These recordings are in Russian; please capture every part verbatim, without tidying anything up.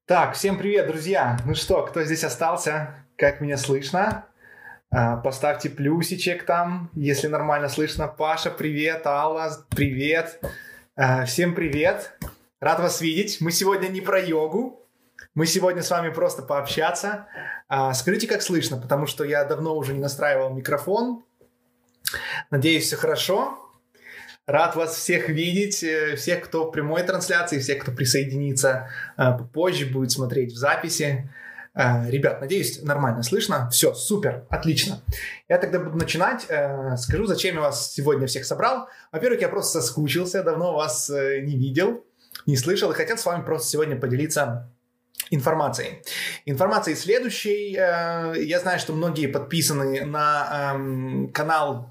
Так, всем привет, друзья! Ну что, кто здесь остался? Как меня слышно? А, Поставьте плюсичек там, если нормально слышно. Паша, привет. Алла, привет. А, Всем привет. Рад вас видеть. Мы сегодня не про йогу. Мы сегодня с вами просто пообщаться. А, Скажите, как слышно, потому что я давно уже не настраивал микрофон. Надеюсь, все хорошо. Рад вас всех видеть, э, всех, кто в прямой трансляции, всех, кто присоединится э, попозже, будет смотреть в записи. Э, Ребят, надеюсь, нормально слышно. Все, супер, отлично. Я тогда буду начинать. Э, Скажу, зачем я вас сегодня всех собрал. Во-первых, я просто соскучился, давно вас э, не видел, не слышал и хотел с вами просто сегодня поделиться информацией. Информацией следующей. Э, Я знаю, что многие подписаны на эм, канал,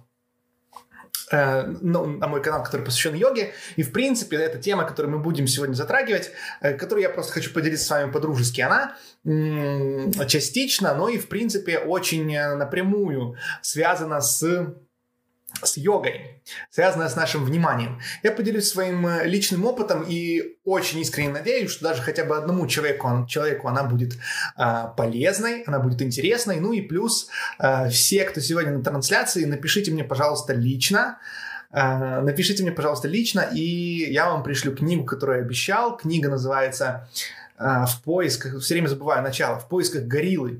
Ну, на мой канал, который посвящен йоге. И, в принципе, это тема, которую мы будем сегодня затрагивать, которую я просто хочу поделиться с вами по-дружески. Она м- частично, но и, в принципе, очень напрямую связана с... с йогой, связанная с нашим вниманием. Я поделюсь своим личным опытом и очень искренне надеюсь, что даже хотя бы одному человеку, человеку она будет а, полезной, она будет интересной. Ну и плюс а, все, кто сегодня на трансляции, напишите мне, пожалуйста, лично. А, напишите мне, пожалуйста, лично, и я вам пришлю книгу, которую я обещал. Книга называется а, «В поисках», все время забываю начало, «В поисках гориллы».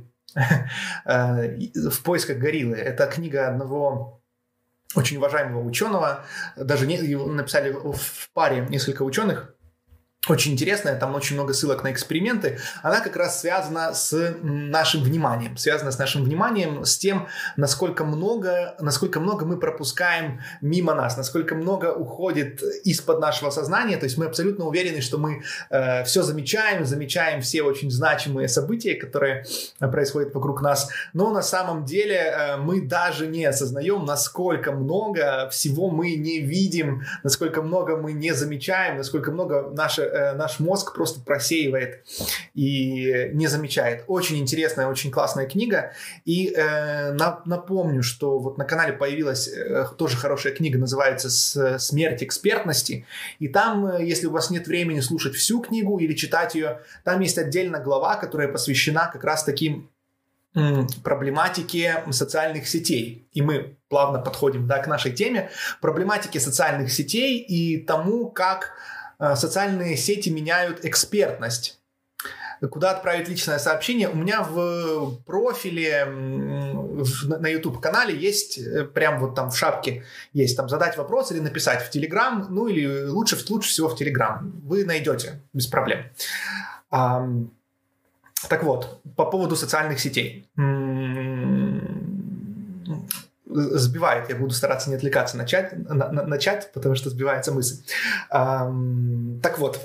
«В поисках гориллы». Это книга одного очень уважаемого ученого, даже не, его написали в паре несколько ученых, очень интересная, там очень много ссылок на эксперименты. Она как раз связана с нашим вниманием, связана с нашим вниманием, с тем, насколько много, насколько много мы пропускаем мимо нас, насколько много уходит из-под нашего сознания. То есть мы абсолютно уверены, что мы э, все замечаем, замечаем все очень значимые события, которые происходят вокруг нас, но на самом деле э, мы даже не осознаем, насколько много всего мы не видим, насколько много мы не замечаем, насколько много наше наш мозг просто просеивает и не замечает. Очень интересная, очень классная книга. И э, на, напомню, что вот на канале появилась э, тоже хорошая книга, называется «Смерть экспертности». И там, э, если у вас нет времени слушать всю книгу или читать ее, там есть отдельная глава, которая посвящена как раз таким проблематике социальных сетей. И мы плавно подходим, да, к нашей теме. Проблематике социальных сетей и тому, как социальные сети меняют экспертность. Куда отправить личное сообщение? У меня в профиле на YouTube-канале есть, прям вот там в шапке есть, там задать вопрос или написать в Telegram, ну или лучше, лучше всего в Telegram. Вы найдете без проблем. Так вот, по поводу социальных сетей. Сбивает, я буду стараться не отвлекаться начать, на, на, начать, потому что сбивается мысль. Эм, так вот,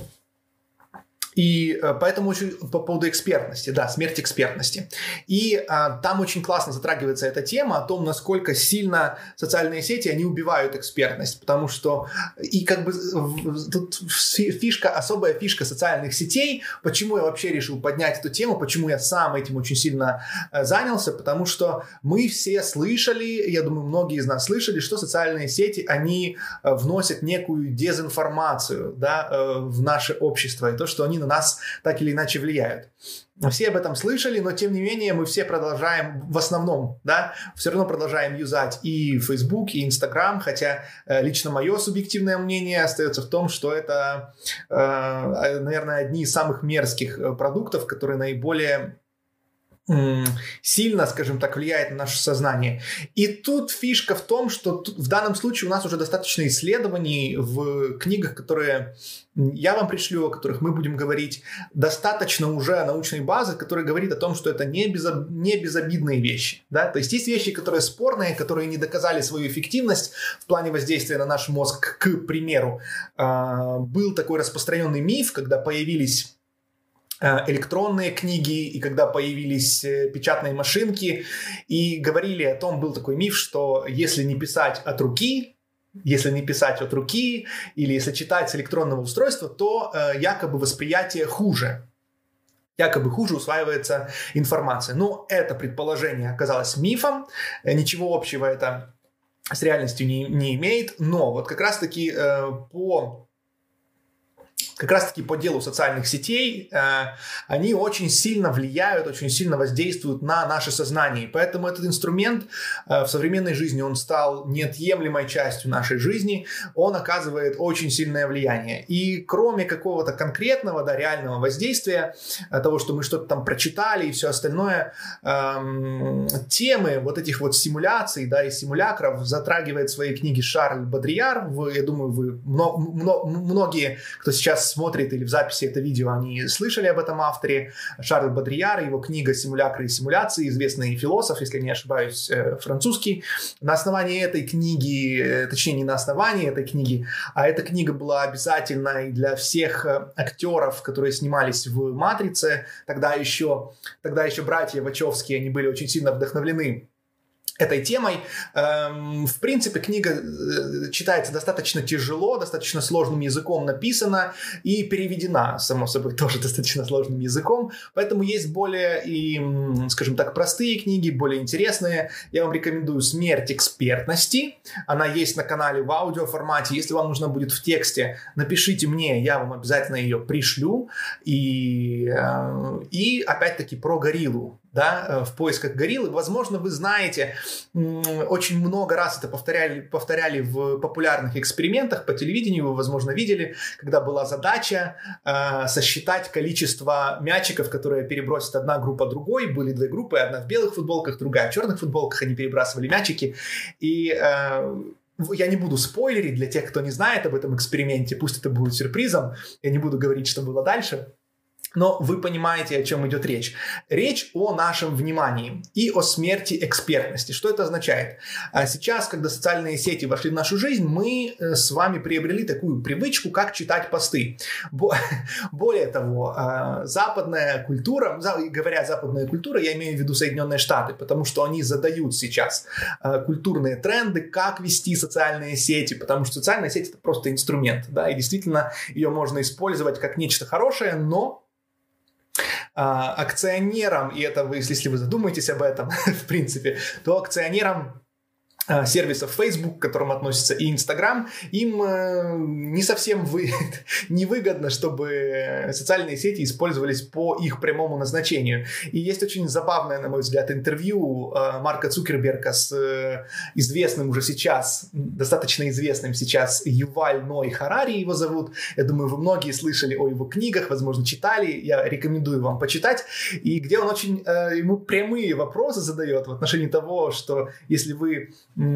и поэтому очень по поводу экспертности, да, смерть экспертности. И а, там очень классно затрагивается эта тема о том, насколько сильно социальные сети, они убивают экспертность, потому что, и как бы тут фишка, особая фишка социальных сетей, почему я вообще решил поднять эту тему, почему я сам этим очень сильно занялся, потому что мы все слышали, я думаю, многие из нас слышали, что социальные сети, они вносят некую дезинформацию, да, в наше общество, и то, что они на нас так или иначе влияют. Все об этом слышали, но тем не менее мы все продолжаем, в основном, да, все равно продолжаем юзать и Facebook, и Instagram, хотя э, лично мое субъективное мнение остается в том, что это, э, наверное, одни из самых мерзких продуктов, которые наиболее сильно, скажем так, влияет на наше сознание. И тут фишка в том, что в данном случае у нас уже достаточно исследований в книгах, которые я вам пришлю, о которых мы будем говорить, достаточно уже научной базы, которая говорит о том, что это не, безоб... не безобидные вещи. Да? То есть есть вещи, которые спорные, которые не доказали свою эффективность в плане воздействия на наш мозг. К примеру, был такой распространенный миф, когда появились электронные книги, и когда появились печатные машинки, и говорили о том, был такой миф, что если не писать от руки, если не писать от руки, или если читать с электронного устройства, то э, якобы восприятие хуже. Якобы хуже усваивается информация. Но это предположение оказалось мифом, ничего общего это с реальностью не, не имеет, но вот как раз-таки э, по как раз-таки по делу социальных сетей, э, они очень сильно влияют, очень сильно воздействуют на наше сознание. Поэтому этот инструмент э, в современной жизни, он стал неотъемлемой частью нашей жизни, он оказывает очень сильное влияние. И кроме какого-то конкретного, да, реального воздействия, э, того, что мы что-то там прочитали и все остальное, э, темы вот этих вот симуляций, да, и симулякров затрагивает в своей книге Шарль Бодрияр. Вы, я думаю, вы мно, мно, многие, кто сейчас смотрит или в записи это видео, они слышали об этом авторе. Шарль Бодрияр, его книга «Симулякры и симуляции», известный философ, если не ошибаюсь, французский. На основании этой книги, точнее не на основании этой книги, а эта книга была обязательной для всех актеров, которые снимались в «Матрице». Тогда еще, тогда еще братья Вачовски, они были очень сильно вдохновлены этой темой. В принципе, книга читается достаточно тяжело, достаточно сложным языком написана и переведена, само собой, тоже достаточно сложным языком. Поэтому есть более, и, скажем так, простые книги, более интересные. Я вам рекомендую «Смерть экспертности». Она есть на канале в аудиоформате. Если вам нужна будет в тексте, напишите мне, я вам обязательно ее пришлю. И, и опять-таки, про гориллу. Да, в поисках гориллы. Возможно, вы знаете, очень много раз это повторяли, повторяли в популярных экспериментах по телевидению, вы, возможно, видели, когда была задача э, сосчитать количество мячиков, которые перебросит одна группа другой. Были две группы, одна в белых футболках, другая в черных футболках, они перебрасывали мячики. И э, я не буду спойлерить для тех, кто не знает об этом эксперименте, пусть это будет сюрпризом, я не буду говорить, что было дальше. Но вы понимаете, о чем идет речь. Речь о нашем внимании и о смерти экспертности. Что это означает? Сейчас, когда социальные сети вошли в нашу жизнь, мы с вами приобрели такую привычку, как читать посты. Более того, западная культура, говоря западная культура, я имею в виду Соединенные Штаты, потому что они задают сейчас культурные тренды, как вести социальные сети, потому что социальная сеть — это просто инструмент, да, и действительно ее можно использовать как нечто хорошее, но акционерам, и это вы, если вы задумаетесь об этом, в принципе, то акционерам сервисов Facebook, к которым относится и Instagram, им э, не совсем вы, невыгодно, чтобы социальные сети использовались по их прямому назначению. И есть очень забавное, на мой взгляд, интервью э, Марка Цукерберга с э, известным уже сейчас, достаточно известным сейчас Юваль Ной Харари его зовут. Я думаю, вы многие слышали о его книгах, возможно, читали. Я рекомендую вам почитать. И где он очень э, ему прямые вопросы задает в отношении того, что если вы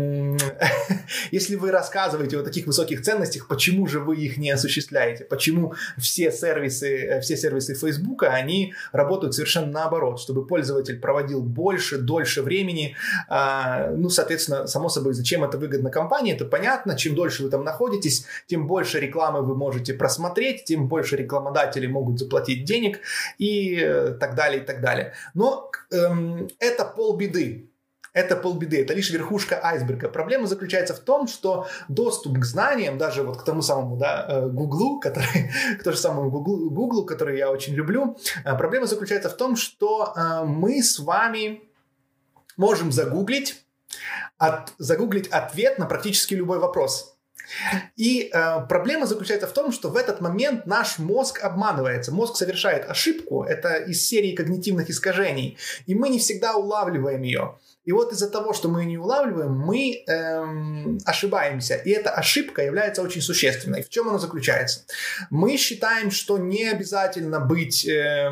если вы рассказываете о таких высоких ценностях, почему же вы их не осуществляете? Почему все сервисы, все сервисы Facebook, они работают совершенно наоборот, чтобы пользователь проводил больше, дольше времени. Ну, соответственно, само собой, зачем это выгодно компании, это понятно. Чем дольше вы там находитесь, тем больше рекламы вы можете просмотреть, тем больше рекламодатели могут заплатить денег и так далее, и так далее. Но эм, это полбеды. Это полбеды, это лишь верхушка айсберга. Проблема заключается в том, что доступ к знаниям, даже вот к тому самому, да, Гуглу, который, к тому же самому Гуглу, Гуглу, который я очень люблю, проблема заключается в том, что мы с вами можем загуглить, от, загуглить ответ на практически любой вопрос. И э, проблема заключается в том, что в этот момент наш мозг обманывается. Мозг совершает ошибку, это из серии когнитивных искажений, и мы не всегда улавливаем ее. И вот из-за того, что мы не улавливаем, мы эм, ошибаемся. И эта ошибка является очень существенной. В чем она заключается? Мы считаем, что не обязательно быть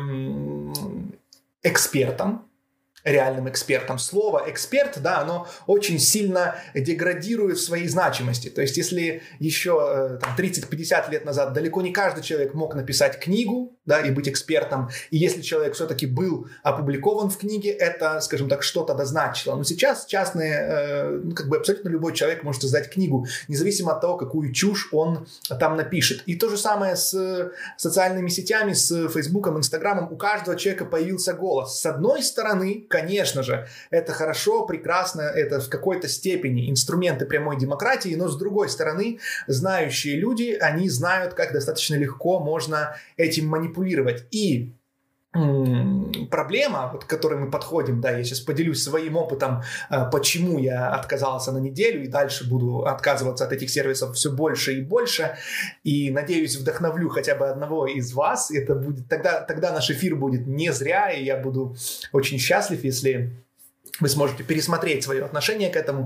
эм, экспертом, реальным экспертом. Слово «эксперт», да, оно очень сильно деградирует в своей значимости. То есть, если еще там, тридцать-пятьдесят лет назад далеко не каждый человек мог написать книгу, да, и быть экспертом, и если человек все-таки был опубликован в книге, это, скажем так, что-то дозначило. Но сейчас частные, э, ну, как бы абсолютно любой человек может создать книгу, независимо от того, какую чушь он там напишет. И то же самое с социальными сетями, с Фейсбуком, Инстаграмом. У каждого человека появился голос. С одной стороны, конечно же, это хорошо, прекрасно, это в какой-то степени инструменты прямой демократии, но с другой стороны, знающие люди, они знают, как достаточно легко можно этим манипулировать. И проблема, вот, к которой мы подходим, да, я сейчас поделюсь своим опытом, почему я отказался на неделю и дальше буду отказываться от этих сервисов все больше и больше, и, надеюсь, вдохновлю хотя бы одного из вас, это будет, тогда, тогда наш эфир будет не зря, и я буду очень счастлив, если вы сможете пересмотреть свое отношение к этому.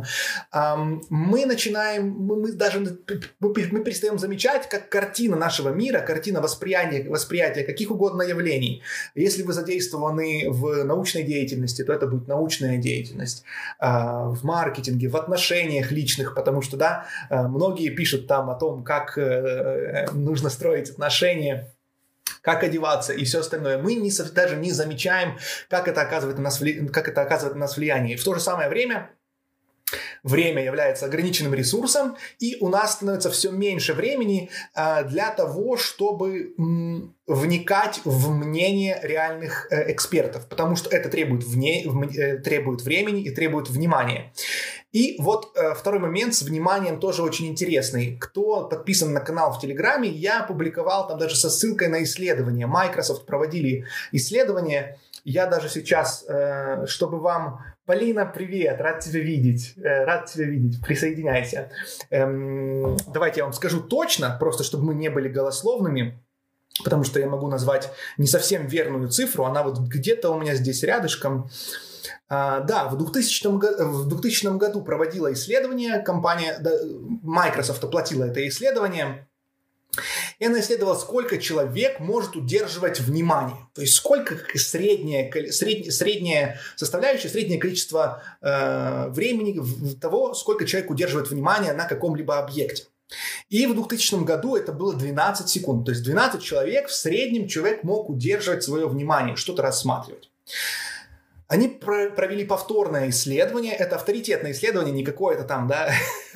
Мы начинаем, мы даже мы перестаем замечать, как картина нашего мира, картина восприятия, восприятия каких угодно явлений. Если вы задействованы в научной деятельности, то это будет научная деятельность, в маркетинге, в отношениях личных, потому что, да, многие пишут там о том, как нужно строить отношения, как одеваться и все остальное. Мы не, даже не замечаем, как это оказывает на нас, как это оказывает на нас влияние. И в то же самое время время является ограниченным ресурсом, и у нас становится все меньше времени э, для того, чтобы м, вникать в мнение реальных э, экспертов, потому что это требует, вне, в, э, требует времени и требует внимания. И вот э, второй момент с вниманием тоже очень интересный. Кто подписан на канал в Телеграме, я публиковал там даже со ссылкой на исследование. Microsoft проводили исследование. Я даже сейчас, э, чтобы вам... Полина, привет, рад тебя видеть. Э, рад тебя видеть, присоединяйся. Эм, давайте я вам скажу точно, просто чтобы мы не были голословными, потому что я могу назвать не совсем верную цифру. Она вот где-то у меня здесь рядышком. Uh, да, в двухтысячном, в двухтысячном году проводила исследование, компания да, Microsoft оплатила это исследование, и она исследовала, сколько человек может удерживать внимание, то есть сколько среднее, среднее, среднее составляющее, среднее количество э, времени того, сколько человек удерживает внимание на каком-либо объекте. И в двухтысячном году это было двенадцать секунд, то есть двенадцать человек, в среднем человек мог удерживать свое внимание, что-то рассматривать. Они провели повторное исследование, это авторитетное исследование, не какое-то там, да,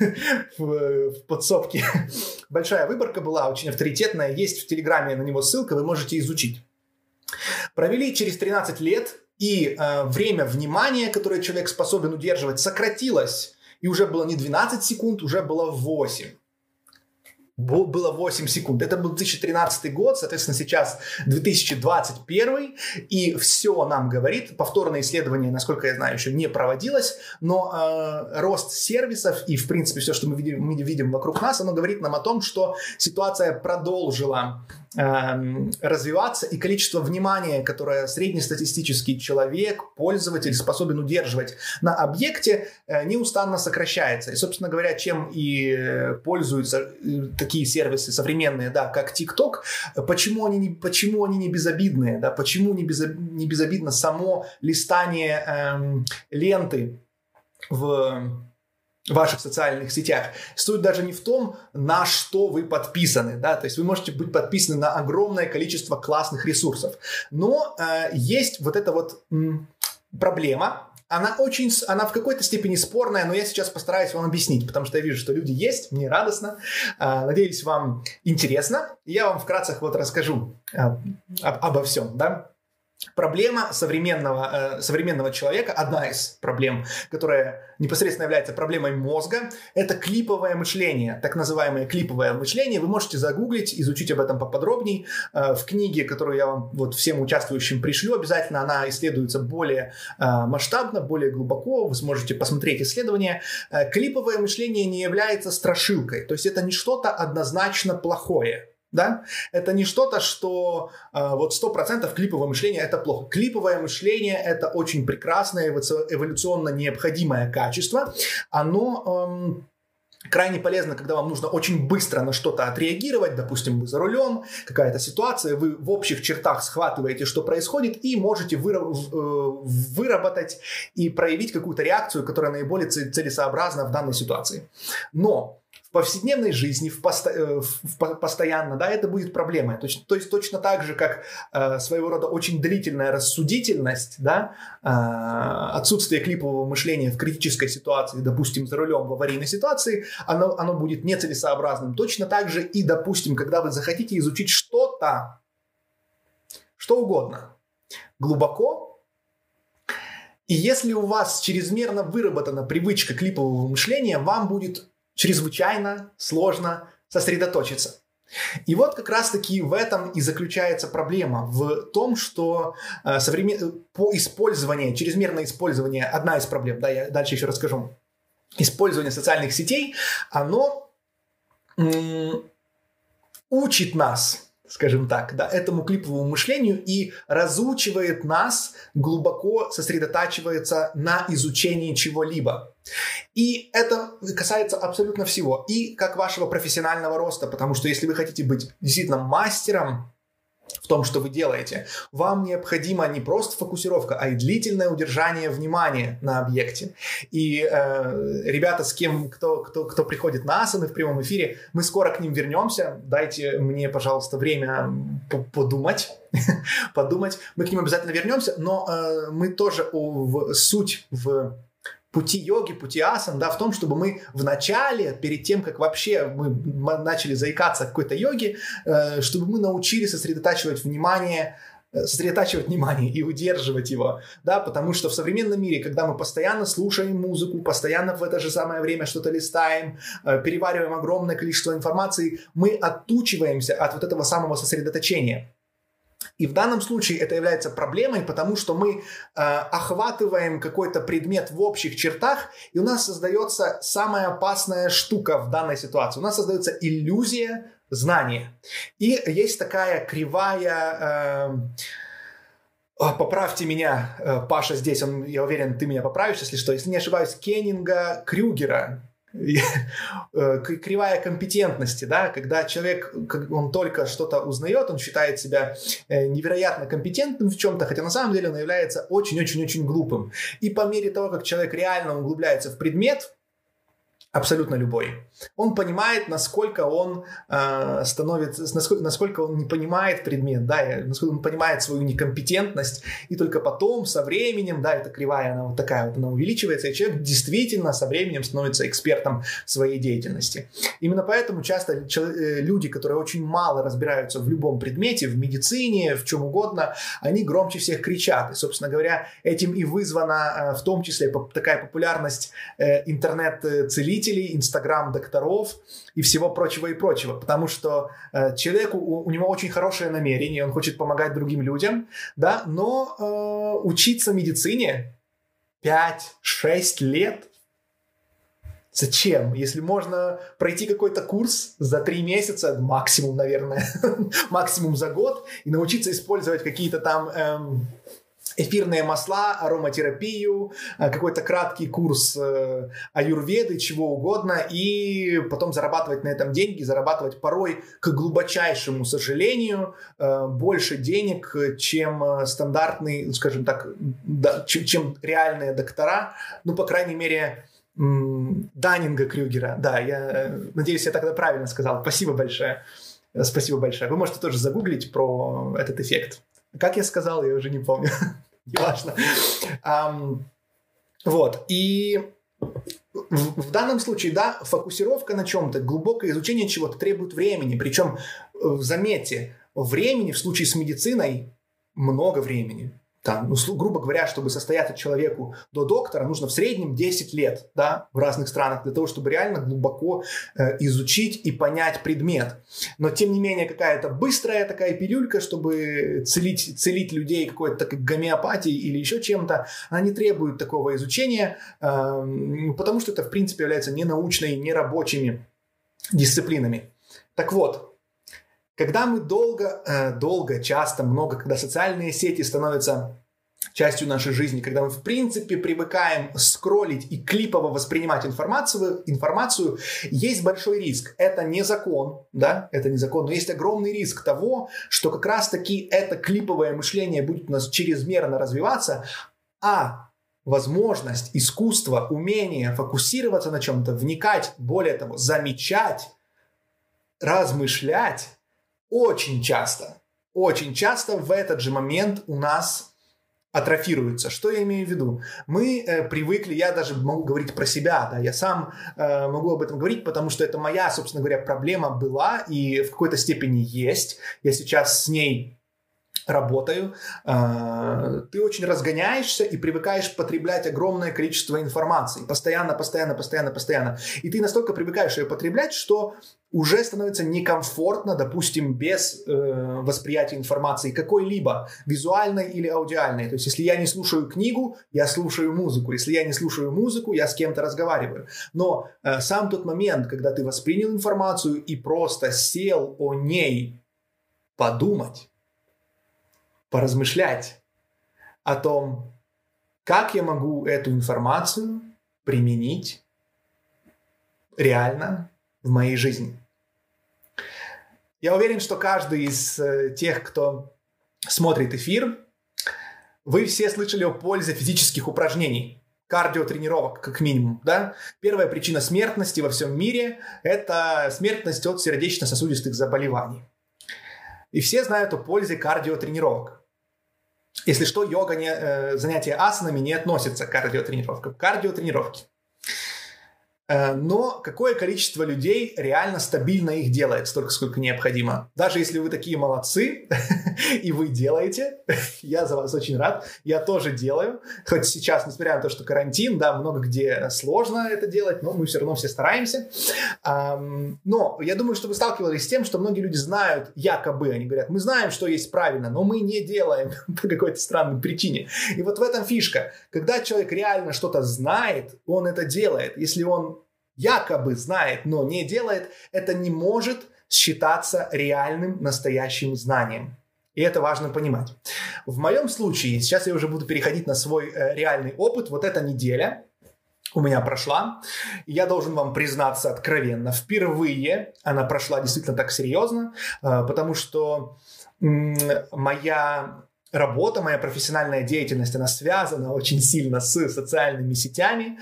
в, в подсобке. Большая выборка была, очень авторитетная, есть в Телеграме на него ссылка, вы можете изучить. Провели через тринадцать лет, и э, время внимания, которое человек способен удерживать, сократилось, и уже было не двенадцать секунд, уже было восемь. Было восемь секунд. Это был две тысячи тринадцатый год, соответственно, сейчас две тысячи двадцать первый, и все нам говорит, повторное исследование, насколько я знаю, еще не проводилось, но э, рост сервисов и, в принципе, все, что мы видим, мы видим вокруг нас, оно говорит нам о том, что ситуация продолжила развиваться, и количество внимания, которое среднестатистический человек, пользователь способен удерживать на объекте, неустанно сокращается. И, собственно говоря, чем и пользуются такие сервисы современные, да, как TikTok, почему они не, почему они не безобидные, да, почему не, безоб, не безобидно само листание эм, ленты в ваших социальных сетях. Суть даже не в том, на что вы подписаны, да, то есть вы можете быть подписаны на огромное количество классных ресурсов, но э, есть вот эта вот м, проблема, она очень, она в какой-то степени спорная, но я сейчас постараюсь вам объяснить, потому что я вижу, что люди есть, мне радостно, э, надеюсь, вам интересно, я вам вкратце вот расскажу э, об, обо всем, да. Проблема современного, э, современного человека, одна из проблем, которая непосредственно является проблемой мозга, это клиповое мышление, так называемое клиповое мышление. Вы можете загуглить, изучить об этом поподробнее. Э, в книге, которую я вам вот, всем участвующим пришлю, обязательно она исследуется более э, масштабно, более глубоко. Вы сможете посмотреть исследования. Э, клиповое мышление не является страшилкой, то есть это не что-то однозначно плохое. Да? Это не что-то, что э, вот сто процентов клиповое мышление это плохо. Клиповое мышление это очень прекрасное, эволюционно необходимое качество. Оно эм, крайне полезно, когда вам нужно очень быстро на что-то отреагировать. Допустим, вы за рулем, какая-то ситуация, вы в общих чертах схватываете, что происходит, и можете выра- выработать и проявить какую-то реакцию, которая наиболее целесообразна в данной ситуации. Но в повседневной жизни, в посто... в постоянно, да, это будет проблемой. То есть, то есть точно так же, как э, своего рода очень длительная рассудительность, да, э, отсутствие клипового мышления в критической ситуации, допустим, за рулем в аварийной ситуации, оно, оно будет нецелесообразным. Точно так же и, допустим, когда вы захотите изучить что-то, что угодно, глубоко, и если у вас чрезмерно выработана привычка клипового мышления, вам будет чрезвычайно сложно сосредоточиться. И вот как раз-таки в этом и заключается проблема, в том, что э, современ... по использованию, чрезмерное использование, одна из проблем, да, я дальше еще расскажу, использование социальных сетей, оно м- учит нас, скажем так, да, этому клиповому мышлению и разучивает нас, глубоко сосредотачивается на изучении чего-либо. И это касается абсолютно всего. И как вашего профессионального роста, потому что если вы хотите быть действительно мастером в том, что вы делаете, вам необходима не просто фокусировка, а и длительное удержание внимания на объекте. И э, ребята, с кем, кто, кто, кто приходит на асаны в прямом эфире, мы скоро к ним вернемся. Дайте мне, пожалуйста, время подумать. подумать. Мы к ним обязательно вернемся, но э, мы тоже в, суть в пути йоги, пути асан, да, в том, чтобы мы в начале, перед тем, как вообще мы начали заикаться о какой-то йоге, э, чтобы мы научились сосредотачивать внимание, сосредотачивать внимание и удерживать его, да, потому что в современном мире, когда мы постоянно слушаем музыку, постоянно в это же самое время что-то листаем, э, перевариваем огромное количество информации, мы оттучиваемся от вот этого самого сосредоточения. И в данном случае это является проблемой, потому что мы э, охватываем какой-то предмет в общих чертах, и у нас создается самая опасная штука в данной ситуации. У нас создается иллюзия знания. И есть такая кривая... Э, Поправьте меня, Паша здесь, он, я уверен, ты меня поправишь, если что. Если не ошибаюсь, Кеннинга-Крюгера. Кривая компетентности, да, когда человек, он только что-то узнает, он считает себя невероятно компетентным в чем-то, хотя на самом деле он является очень-очень-очень глупым. И по мере того, как человек реально углубляется в предмет, абсолютно любой, он понимает, насколько он э, становится, насколько, насколько он не понимает предмет, да, насколько он понимает свою некомпетентность, и только потом, со временем, да, эта кривая, она вот такая вот, она увеличивается, и человек действительно со временем становится экспертом в своей деятельности. Именно поэтому часто люди, которые очень мало разбираются в любом предмете, в медицине, в чем угодно, они громче всех кричат. И, собственно говоря, этим и вызвана в том числе такая популярность интернет-целителей, инстаграм-докторов и всего прочего и прочего. Потому что э, человеку, у, у него очень хорошее намерение, он хочет помогать другим людям, да, но э, учиться медицине пять-шесть лет зачем? Если можно пройти какой-то курс за три месяца, максимум, наверное, максимум за год, и научиться использовать какие-то там... Эм, эфирные масла, ароматерапию, какой-то краткий курс э, аюрведы, чего угодно, и потом зарабатывать на этом деньги, зарабатывать порой, к глубочайшему сожалению, э, больше денег, чем стандартный, скажем так, да, чем, чем реальные доктора, ну, по крайней мере, м- Даннинга-Крюгера. Да, я надеюсь, я тогда правильно сказал. Спасибо большое. Спасибо большое. Вы можете тоже загуглить про этот эффект. Как я сказал, я уже не помню. Неважно. Um, вот. И в, в данном случае, да, фокусировка на чем-то, глубокое изучение чего-то требует времени. Причем, заметьте, времени в случае с медициной много времени. Там, ну, грубо говоря, чтобы состояться человеку до доктора, нужно в среднем десять лет, да, в разных странах, для того, чтобы реально глубоко э, изучить и понять предмет. Но, тем не менее, какая-то быстрая такая пилюлька, чтобы целить, целить людей какой-то такой гомеопатией или еще чем-то, она не требует такого изучения, э, потому что это, в принципе, является ненаучной, нерабочими дисциплинами. Так вот, когда мы долго, э, долго, часто, много, когда социальные сети становятся частью нашей жизни, когда мы, в принципе, привыкаем скроллить и клипово воспринимать информацию, информацию, есть большой риск. Это не закон, да, это не закон, но есть огромный риск того, что как раз-таки это клиповое мышление будет у нас чрезмерно развиваться, а возможность, искусство, умение фокусироваться на чем-то, вникать, более того, замечать, размышлять, очень часто, очень часто в этот же момент у нас атрофируется. Что я имею в виду? Мы э, привыкли, я даже могу говорить про себя, да, я сам э, могу об этом говорить, потому что это моя, собственно говоря, проблема была и в какой-то степени есть. Я сейчас с ней работаю, ты очень разгоняешься и привыкаешь потреблять огромное количество информации. Постоянно, постоянно, постоянно, постоянно. И ты настолько привыкаешь ее потреблять, что уже становится некомфортно, допустим, без э, восприятия информации какой-либо, визуальной или аудиальной. То есть, если я не слушаю книгу, я слушаю музыку. Если я не слушаю музыку, я с кем-то разговариваю. Но э, сам тот момент, когда ты воспринял информацию и просто сел о ней подумать, поразмышлять о том, как я могу эту информацию применить реально в моей жизни. Я уверен, что каждый из э, тех, кто смотрит эфир, вы все слышали о пользе физических упражнений, кардиотренировок, как минимум. Да? Первая причина смертности во всем мире – это смертность от сердечно-сосудистых заболеваний. И все знают о пользе кардиотренировок. Если что, йога, не, э, занятия асанами не относятся к кардиотренировкам. Кардиотренировки. Э, но какое количество людей реально стабильно их делает, столько, сколько необходимо. Даже если вы такие молодцы, и вы делаете, я за вас очень рад, я тоже делаю. Хоть сейчас, несмотря на то, что карантин, да, много где сложно это делать, но мы все равно все стараемся. Но я думаю, что вы сталкивались с тем, что многие люди знают, якобы, они говорят, мы знаем, что есть правильно, но мы не делаем по какой-то странной причине. И вот в этом фишка. Когда человек реально что-то знает, он это делает. Если он якобы знает, но не делает, это не может считаться реальным, настоящим знанием. И это важно понимать. В моем случае, сейчас я уже буду переходить на свой э, реальный опыт. Вот эта неделя у меня прошла. И я должен вам признаться откровенно. Впервые она прошла действительно так серьезно, э, потому что э, моя работа, моя профессиональная деятельность, она связана очень сильно с социальными сетями.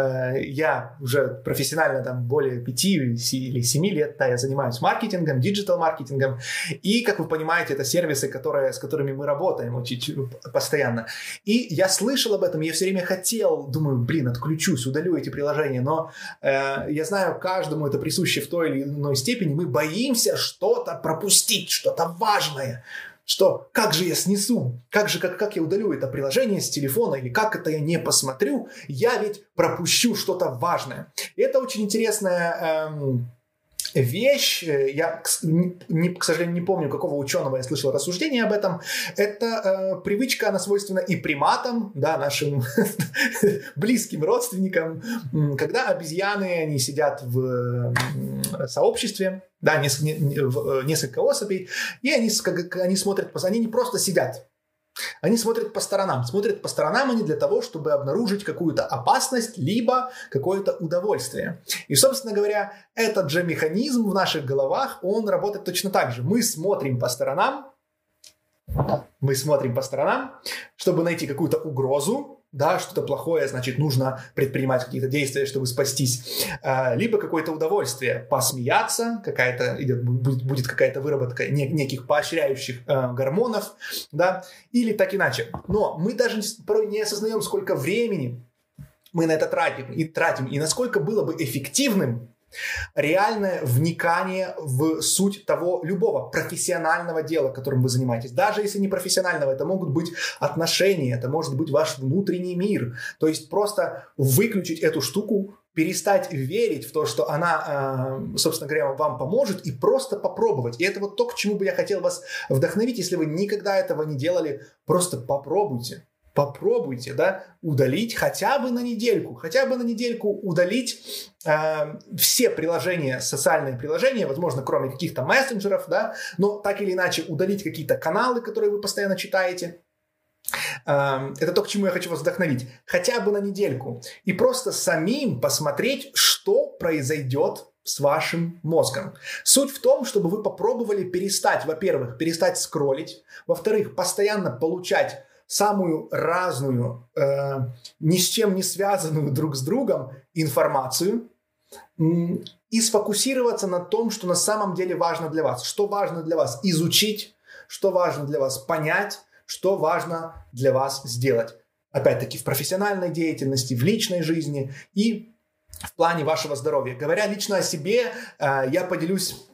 Я уже профессионально там более пяти или семи лет, да, я занимаюсь маркетингом, диджитал-маркетингом. И, как вы понимаете, это сервисы, которые, с которыми мы работаем очень постоянно. И я слышал об этом, я все время хотел, думаю, блин, отключусь, удалю эти приложения. Но э, я знаю, каждому это присуще в той или иной степени. Мы боимся что-то пропустить, что-то важное. Что, как же я снесу, как же, как, как я удалю это приложение с телефона, или как это я не посмотрю, я ведь пропущу что-то важное. И это очень интересная эм, вещь, я, не, к сожалению, не помню, какого ученого я слышал рассуждение об этом. Это э, привычка, она свойственна и приматам, да, нашим близким родственникам, когда обезьяны, они сидят в сообществе, да, несколько, несколько особей, и они, они смотрят, они не просто сидят, они смотрят по сторонам. Смотрят по сторонам они для того, чтобы обнаружить какую-то опасность, либо какое-то удовольствие. И, собственно говоря, этот же механизм в наших головах, он работает точно так же. Мы смотрим по сторонам, мы смотрим по сторонам, чтобы найти какую-то угрозу, да, что-то плохое, значит, нужно предпринимать какие-то действия, чтобы спастись. Либо какое-то удовольствие, посмеяться, какая-то, идет, будет, будет какая-то выработка неких поощряющих гормонов, да, или так иначе. Но мы даже порой не осознаем, сколько времени мы на это тратим, и тратим, и насколько было бы эффективным реальное вникание в суть того любого профессионального дела, которым вы занимаетесь. Даже если не профессионального, это могут быть отношения, это может быть ваш внутренний мир. То есть просто выключить эту штуку, перестать верить в то, что она, собственно говоря, вам поможет, и просто попробовать. И это вот то, к чему бы я хотел вас вдохновить, если вы никогда этого не делали, просто попробуйте. Попробуйте, да, удалить хотя бы на недельку, хотя бы на недельку удалить э, все приложения, социальные приложения, возможно, кроме каких-то мессенджеров, да, но так или иначе удалить какие-то каналы, которые вы постоянно читаете. Э, это то, к чему я хочу вас вдохновить. Хотя бы на недельку. И просто самим посмотреть, что произойдет с вашим мозгом. Суть в том, чтобы вы попробовали перестать, во-первых, перестать скроллить, во-вторых, постоянно получать самую разную, э, ни с чем не связанную друг с другом информацию э, и сфокусироваться на том, что на самом деле важно для вас. Что важно для вас изучить, что важно для вас понять, что важно для вас сделать. Опять-таки в профессиональной деятельности, в личной жизни и в плане вашего здоровья. Говоря лично о себе, э, я поделюсь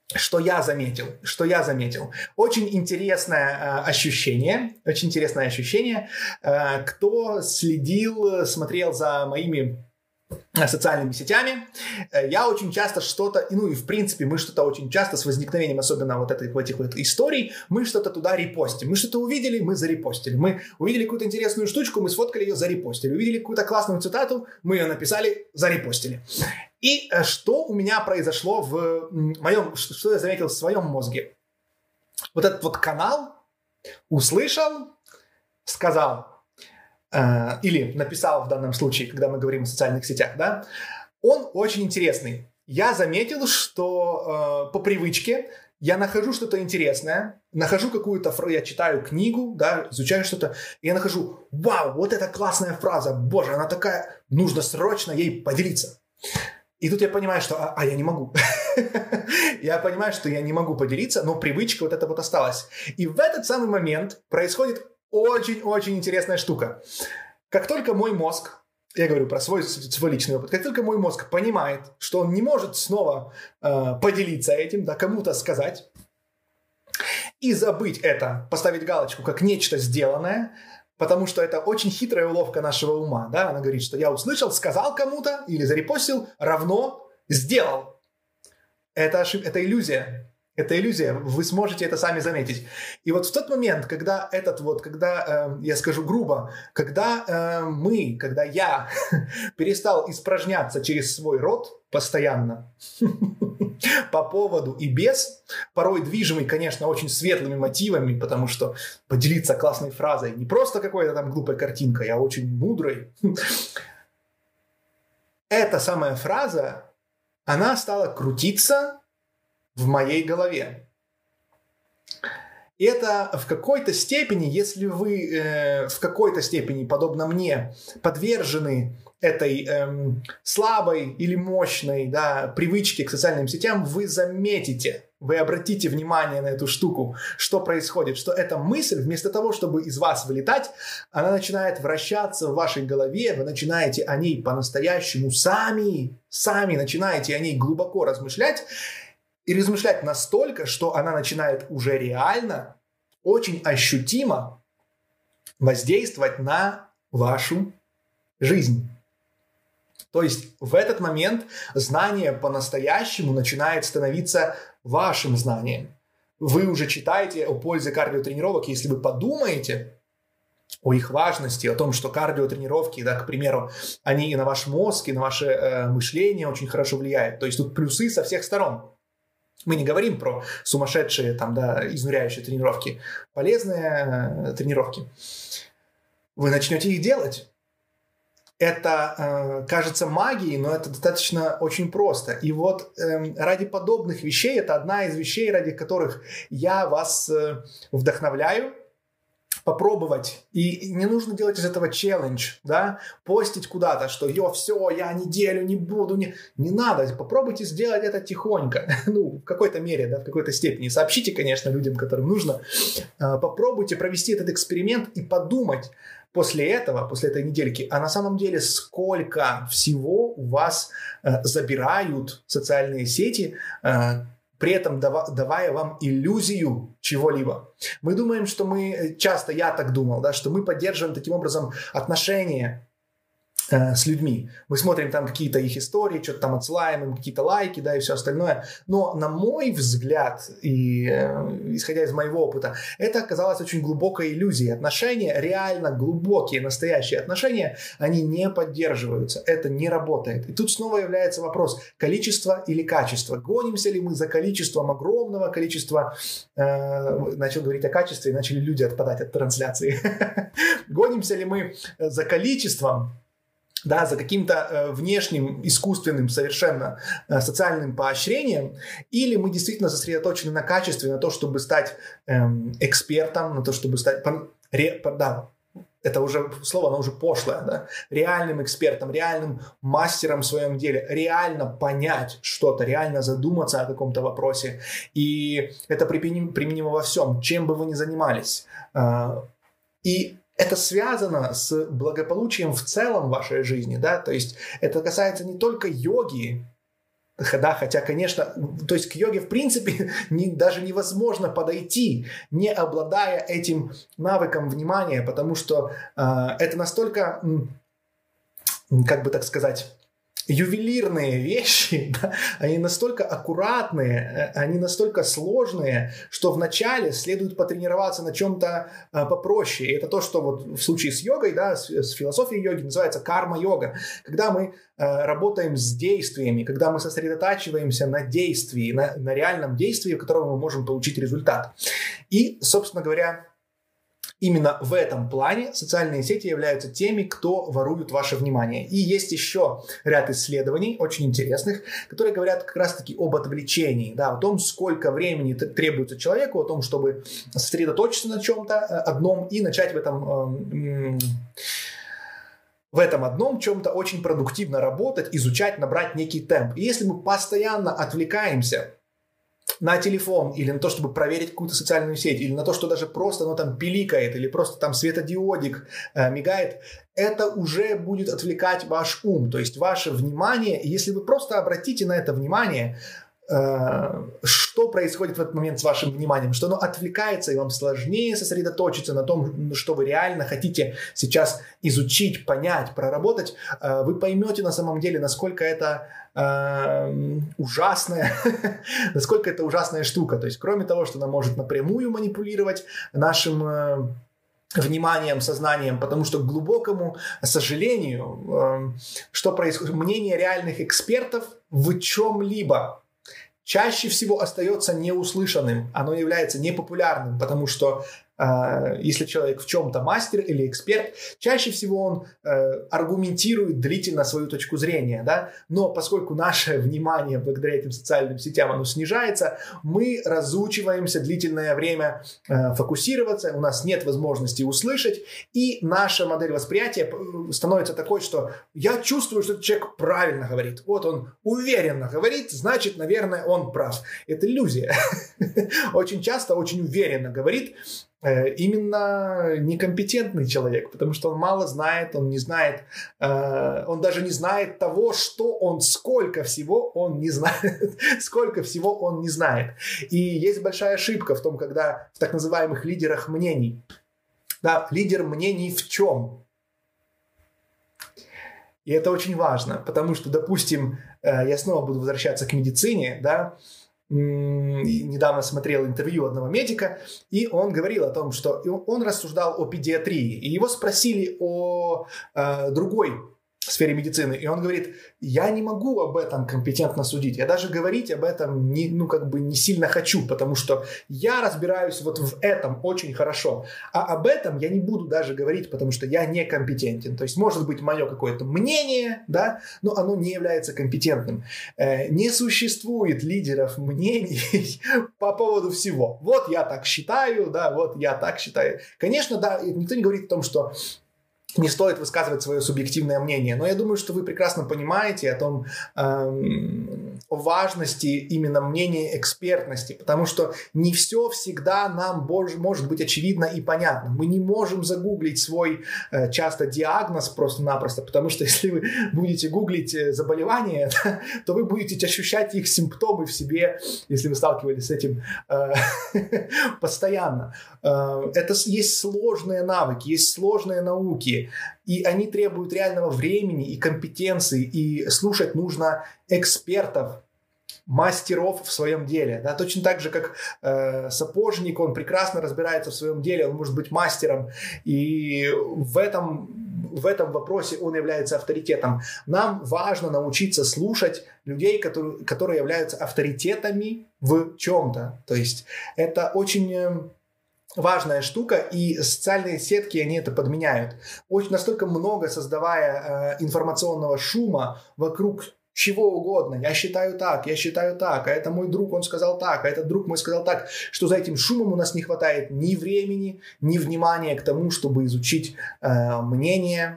Что я заметил? Что я заметил? Очень интересное э, ощущение. Очень интересное ощущение. Э, кто следил, смотрел за моими социальными сетями, я очень часто что-то, ну и в принципе мы что-то очень часто с возникновением особенно вот этих, этих вот историй, мы что-то туда репостим. Мы что-то увидели, мы зарепостили. Мы увидели какую-то интересную штучку, мы сфоткали ее, зарепостили. Увидели какую-то классную цитату, мы ее написали, зарепостили. И что у меня произошло в моем, что я заметил в своем мозге? Вот этот вот канал услышал, сказал, или написал в данном случае, когда мы говорим о социальных сетях, да, он очень интересный. Я заметил, что э, по привычке я нахожу что-то интересное, нахожу какую-то фразу, я читаю книгу, да, изучаю что-то, и я нахожу, вау, вот это классная фраза, боже, она такая, нужно срочно ей поделиться. И тут я понимаю, что, а, а я не могу. Я понимаю, что я не могу поделиться, но привычка вот эта вот осталась. И в этот самый момент происходит очень-очень интересная штука. Как только мой мозг, я говорю про свой, свой личный опыт, как только мой мозг понимает, что он не может снова э, поделиться этим, да, кому-то сказать, и забыть это, поставить галочку как нечто сделанное, потому что это очень хитрая уловка нашего ума, да, она говорит, что я услышал, сказал кому-то или зарепостил, равно сделал. Это, ошиб... это иллюзия. Это иллюзия, вы сможете это сами заметить. И вот в тот момент, когда этот вот, когда, э, я скажу грубо, когда э, мы, когда я перестал испражняться через свой рот постоянно по поводу и без, порой движимый, конечно, очень светлыми мотивами, потому что поделиться классной фразой не просто какой-то там глупой картинкой, а очень мудрой. Эта самая фраза, она стала крутиться в моей голове. И это в какой-то степени, если вы э, в какой-то степени, подобно мне, подвержены этой э, слабой или мощной, да, привычке к социальным сетям, вы заметите, вы обратите внимание на эту штуку, что происходит, что эта мысль, вместо того, чтобы из вас вылетать, она начинает вращаться в вашей голове, вы начинаете о ней по-настоящему сами, сами начинаете о ней глубоко размышлять, и размышлять настолько, что она начинает уже реально, очень ощутимо воздействовать на вашу жизнь. То есть в этот момент знание по-настоящему начинает становиться вашим знанием. Вы уже читаете о пользе кардиотренировок, если вы подумаете о их важности, о том, что кардиотренировки, да, к примеру, они и на ваш мозг, и на ваше э, мышление очень хорошо влияют. То есть тут плюсы со всех сторон. Мы не говорим про сумасшедшие, там, да, изнуряющие тренировки. Полезные э, тренировки. Вы начнете их делать. Это э, кажется магией, но это достаточно очень просто. И вот э, ради подобных вещей, это одна из вещей, ради которых я вас э, вдохновляю попробовать. И не нужно делать из этого челлендж, да, постить куда-то, что «Ё, все, я неделю не буду». Не, не надо, попробуйте сделать это тихонько, ну, в какой-то мере, да, в какой-то степени. Сообщите, конечно, людям, которым нужно. Попробуйте провести этот эксперимент и подумать после этого, после этой недельки, а на самом деле сколько всего у вас забирают социальные сети, при этом давая вам иллюзию чего-либо. Мы думаем, что мы, часто я так думал, да, что мы поддерживаем таким образом отношения э, с людьми. Мы смотрим там какие-то их истории, что-то там отсылаем им, какие-то лайки, да, и все остальное. Но на мой взгляд, и э, исходя из моего опыта, это оказалось очень глубокой иллюзией. Отношения, реально глубокие, настоящие отношения, они не поддерживаются. Это не работает. И тут снова является вопрос, количество или качество. Гонимся ли мы за количеством огромного количества, э, начал говорить о качестве, и начали люди отпадать от трансляции. Гонимся ли мы за количеством, да, за каким-то э, внешним, искусственным, совершенно э, социальным поощрением, или мы действительно сосредоточены на качестве, на то, чтобы стать э, экспертом, на то, чтобы стать, по, ре, по, да, это уже слово, оно уже пошлое, да, реальным экспертом, реальным мастером в своем деле, реально понять что-то, реально задуматься о каком-то вопросе. И это применимо, применимо во всем, чем бы вы ни занимались. Э, и это связано с благополучием в целом в вашей жизни, да, то есть это касается не только йоги, Да, хотя, конечно, то есть к йоге в принципе не, даже невозможно подойти, не обладая этим навыком внимания, потому что э, это настолько, как бы так сказать, ювелирные вещи, да, они настолько аккуратные, они настолько сложные, что вначале следует потренироваться на чем-то а, попроще. И это то, что вот в случае с йогой, да, с, с философией йоги называется карма-йога. Когда мы а, работаем с действиями, когда мы сосредотачиваемся на действии, на, на реальном действии, в котором мы можем получить результат. И, собственно говоря, именно в этом плане социальные сети являются теми, кто ворует ваше внимание. И есть еще ряд исследований, очень интересных, которые говорят как раз-таки об отвлечении, да, о том, сколько времени требуется человеку, о том, чтобы сосредоточиться на чем-то одном и начать в этом... в этом одном чем-то очень продуктивно работать, изучать, набрать некий темп. И если мы постоянно отвлекаемся на телефон или на то, чтобы проверить какую-то социальную сеть, или на то, что даже просто оно там пиликает, или просто там светодиодик э, мигает, это уже будет отвлекать ваш ум, то есть ваше внимание. И если вы просто обратите на это внимание, э, что происходит в этот момент с вашим вниманием, что оно отвлекается, и вам сложнее сосредоточиться на том, что вы реально хотите сейчас изучить, понять, проработать, э, вы поймете на самом деле, насколько это ужасная, насколько это ужасная штука. То есть, кроме того, что она может напрямую манипулировать нашим э, вниманием, сознанием, потому что, к глубокому сожалению, э, что происходит, мнение реальных экспертов в чем-либо чаще всего остается неуслышанным, оно является непопулярным, потому что э, если человек в чем-то мастер или эксперт, чаще всего он э, аргументирует длительно свою точку зрения, да? Но поскольку наше внимание благодаря этим социальным сетям оно снижается, мы разучиваемся длительное время э, фокусироваться, у нас нет возможности услышать, и наша модель восприятия становится такой, что я чувствую, что этот человек правильно говорит, вот он уверенно говорит, значит, наверное, он прав. Это иллюзия. Очень часто, очень уверенно говорит именно некомпетентный человек, потому что он мало знает, он не знает, он даже не знает того, что он, сколько всего он не знает, сколько всего он не знает. И есть большая ошибка в том, когда в так называемых лидерах мнений, да, лидер мнений в чем? И это очень важно, потому что, допустим, я снова буду возвращаться к медицине, да, недавно смотрел интервью одного медика, и он говорил о том, что он рассуждал о педиатрии, и его спросили о э, другой сфере медицины, и он говорит: я не могу об этом компетентно судить, я даже говорить об этом не, ну, как бы не сильно хочу, потому что я разбираюсь вот в этом очень хорошо, а об этом я не буду даже говорить, потому что я некомпетентен. То есть может быть мое какое-то мнение, да, но оно не является компетентным. Э, не существует лидеров мнений по поводу всего. Вот я так считаю, да, вот я так считаю. Конечно, да, никто не говорит о том, что не стоит высказывать свое субъективное мнение, но я думаю, что вы прекрасно понимаете о том, эм, о важности именно мнения экспертности, потому что не все всегда нам бож, может быть очевидно и понятно. Мы не можем загуглить свой э, часто диагноз просто-напросто, потому что если вы будете гуглить заболевания, то вы будете ощущать их симптомы в себе, если вы сталкивались с этим э, постоянно. Э, это есть сложные навыки, есть сложные науки, и они требуют реального времени и компетенции, и слушать нужно экспертов, мастеров в своем деле. Да? Точно так же, как э, сапожник, он прекрасно разбирается в своем деле, он может быть мастером, и в этом, в этом вопросе он является авторитетом. Нам важно научиться слушать людей, которые, которые являются авторитетами в чем-то. То есть это очень важная штука, и социальные сетки, они это подменяют. Очень настолько много создавая э, информационного шума вокруг чего угодно. Я считаю так, я считаю так, а это мой друг, он сказал так, а этот друг мой сказал так, что за этим шумом у нас не хватает ни времени, ни внимания к тому, чтобы изучить э, мнение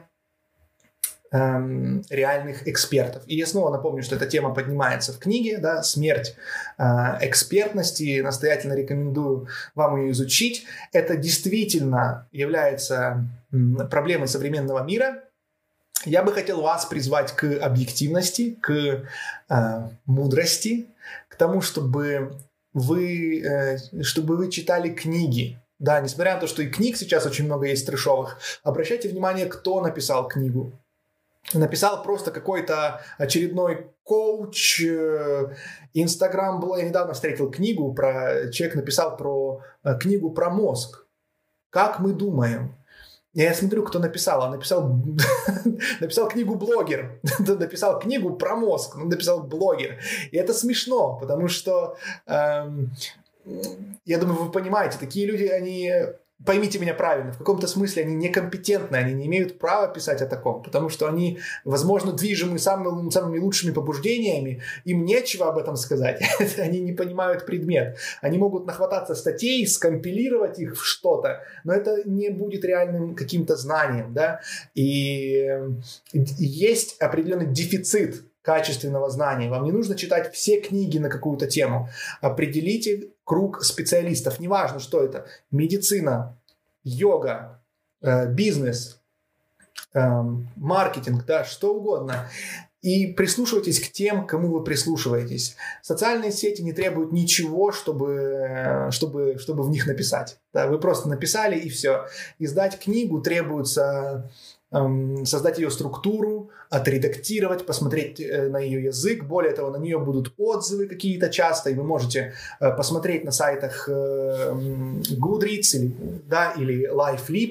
реальных экспертов. И я снова напомню, что эта тема поднимается в книге, да, «Смерть э, экспертности». Настоятельно рекомендую вам ее изучить. Это действительно является проблемой современного мира. я бы хотел вас призвать к объективности, к э, мудрости, к тому, чтобы вы, э, чтобы вы читали книги. Да, несмотря на то, что и книг сейчас очень много есть трэшовых, обращайте внимание, кто написал книгу. Написал просто какой-то очередной коуч, инстаграм-блог. Я недавно встретил книгу, про человек написал про книгу про мозг. Как мы думаем. Я смотрю, кто написал. Он написал, написал книгу блогер. Написал книгу про мозг. Он написал блогер. И это смешно, потому что эм, я думаю, вы понимаете, такие люди, они... Поймите меня правильно, в каком-то смысле они некомпетентны, они не имеют права писать о таком, потому что они, возможно, движимы самыми, самыми лучшими побуждениями, им нечего об этом сказать, они не понимают предмет. Они могут нахвататься статей, скомпилировать их в что-то, но это не будет реальным каким-то знанием, да, и есть определенный дефицит качественного знания. Вам не нужно читать все книги на какую-то тему. Определите круг специалистов. Неважно, что это. Медицина, йога, э, бизнес, э, маркетинг, да, что угодно. И прислушивайтесь к тем, к кому вы прислушиваетесь. Социальные сети не требуют ничего, чтобы, чтобы, чтобы в них написать. Да, вы просто написали и все. Издать книгу требуется... создать ее структуру, отредактировать, посмотреть на ее язык. Более того, на нее будут отзывы какие-то часто, и вы можете посмотреть на сайтах Goodreads или, да, или LifeLeap.